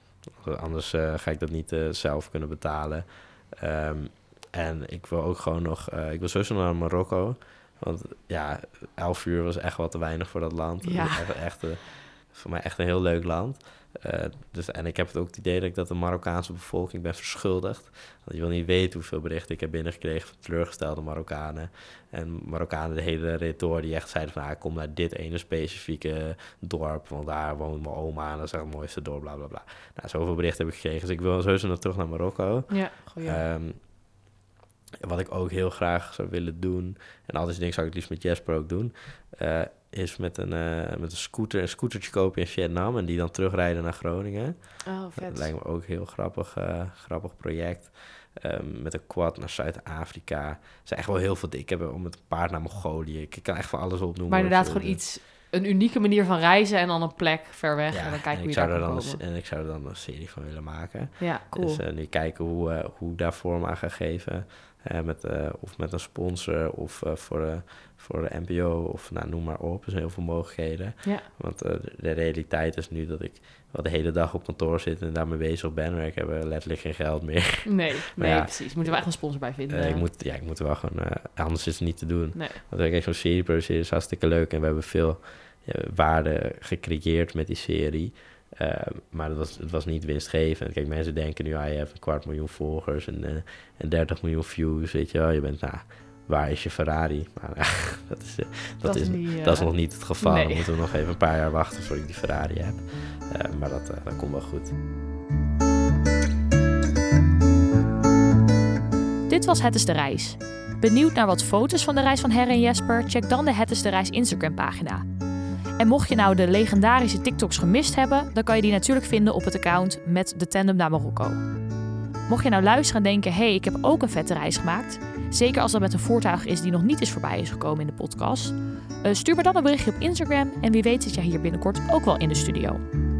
S2: anders uh, ga ik dat niet uh, zelf kunnen betalen. Um, en ik wil ook gewoon nog... Uh, ik wil sowieso naar Marokko. Want ja, elf uur was echt wat te weinig voor dat land.
S3: Ja.
S2: Dat is echt, echt, uh, voor mij echt een heel leuk land. Uh, dus, en ik heb het ook het idee dat ik dat de Marokkaanse bevolking ben verschuldigd. Want je wil niet weten hoeveel berichten ik heb binnengekregen van teleurgestelde Marokkanen. En Marokkanen de hele rit door die echt zeiden van... Ah, kom naar dit ene specifieke dorp, want daar woont mijn oma en dat is echt het mooiste dorp, bla bla bla. Nou, zoveel berichten heb ik gekregen. Dus ik wil sowieso nog terug naar Marokko.
S3: Ja, goeie.
S2: Um, wat ik ook heel graag zou willen doen... en al deze dingen zou ik het liefst met Jesper ook doen... Uh, is met een, uh, met een scooter, een scootertje kopen in Vietnam... en die dan terugrijden naar Groningen.
S3: Oh, vet.
S2: Dat lijkt me ook een heel grappig, uh, grappig project. Um, met een quad naar Zuid-Afrika. Er zijn echt wel heel veel... Ik heb om met een paard naar Mongolië. Ik kan echt van alles opnoemen.
S3: Maar inderdaad gewoon iets... Een unieke manier van reizen en dan een plek ver weg.
S2: Ja,
S3: en dan kijken hoe je
S2: daar
S3: daar
S2: kan
S3: komen.
S2: Een, en ik zou er dan een serie van willen maken.
S3: Ja, cool.
S2: Dus uh, nu kijken hoe, uh, hoe ik daar vorm aan ga geven... Uh, met, uh, of met een sponsor of uh, voor, uh, voor de N P O of nou, noem maar op. Er zijn heel veel mogelijkheden.
S3: Ja.
S2: Want uh, de realiteit is nu dat ik wel de hele dag op kantoor zit en daarmee bezig ben. Maar ik heb uh, letterlijk geen geld meer.
S3: Nee, nee
S2: ja,
S3: precies. Je moet er wel echt een sponsor bij vinden.
S2: Uh, ik, moet, ja, ik moet er wel gewoon... Uh, anders is het niet te doen.
S3: Nee.
S2: Want ik heb zo'n serie produceren, is hartstikke leuk. En we hebben veel uh, waarde gecreëerd met die serie... Uh, maar het was, het was niet winstgevend. Kijk, mensen denken nu, ah, je hebt een kwart miljoen volgers en, uh, en dertig miljoen views, weet je wel. Je bent, nou, waar is je Ferrari? Maar uh, dat, is, uh, dat,
S3: dat, is,
S2: is,
S3: niet, uh,
S2: dat is nog niet het geval.
S3: Nee.
S2: Dan moeten we nog even een paar jaar wachten voordat ik die Ferrari heb. Uh, maar dat, uh, dat komt wel goed.
S1: Dit was Het is de Reis. Benieuwd naar wat foto's van de reis van Herre en Jesper? Check dan de Het is de Reis Instagram pagina. En mocht je nou de legendarische TikToks gemist hebben, dan kan je die natuurlijk vinden op het account met de tandem naar Marokko. Mocht je nou luisteren en denken, hé, hey, ik heb ook een vette reis gemaakt, zeker als dat met een voertuig is die nog niet is voorbij is gekomen in de podcast, uh, stuur me dan een berichtje op Instagram en wie weet zit jij hier binnenkort ook wel in de studio.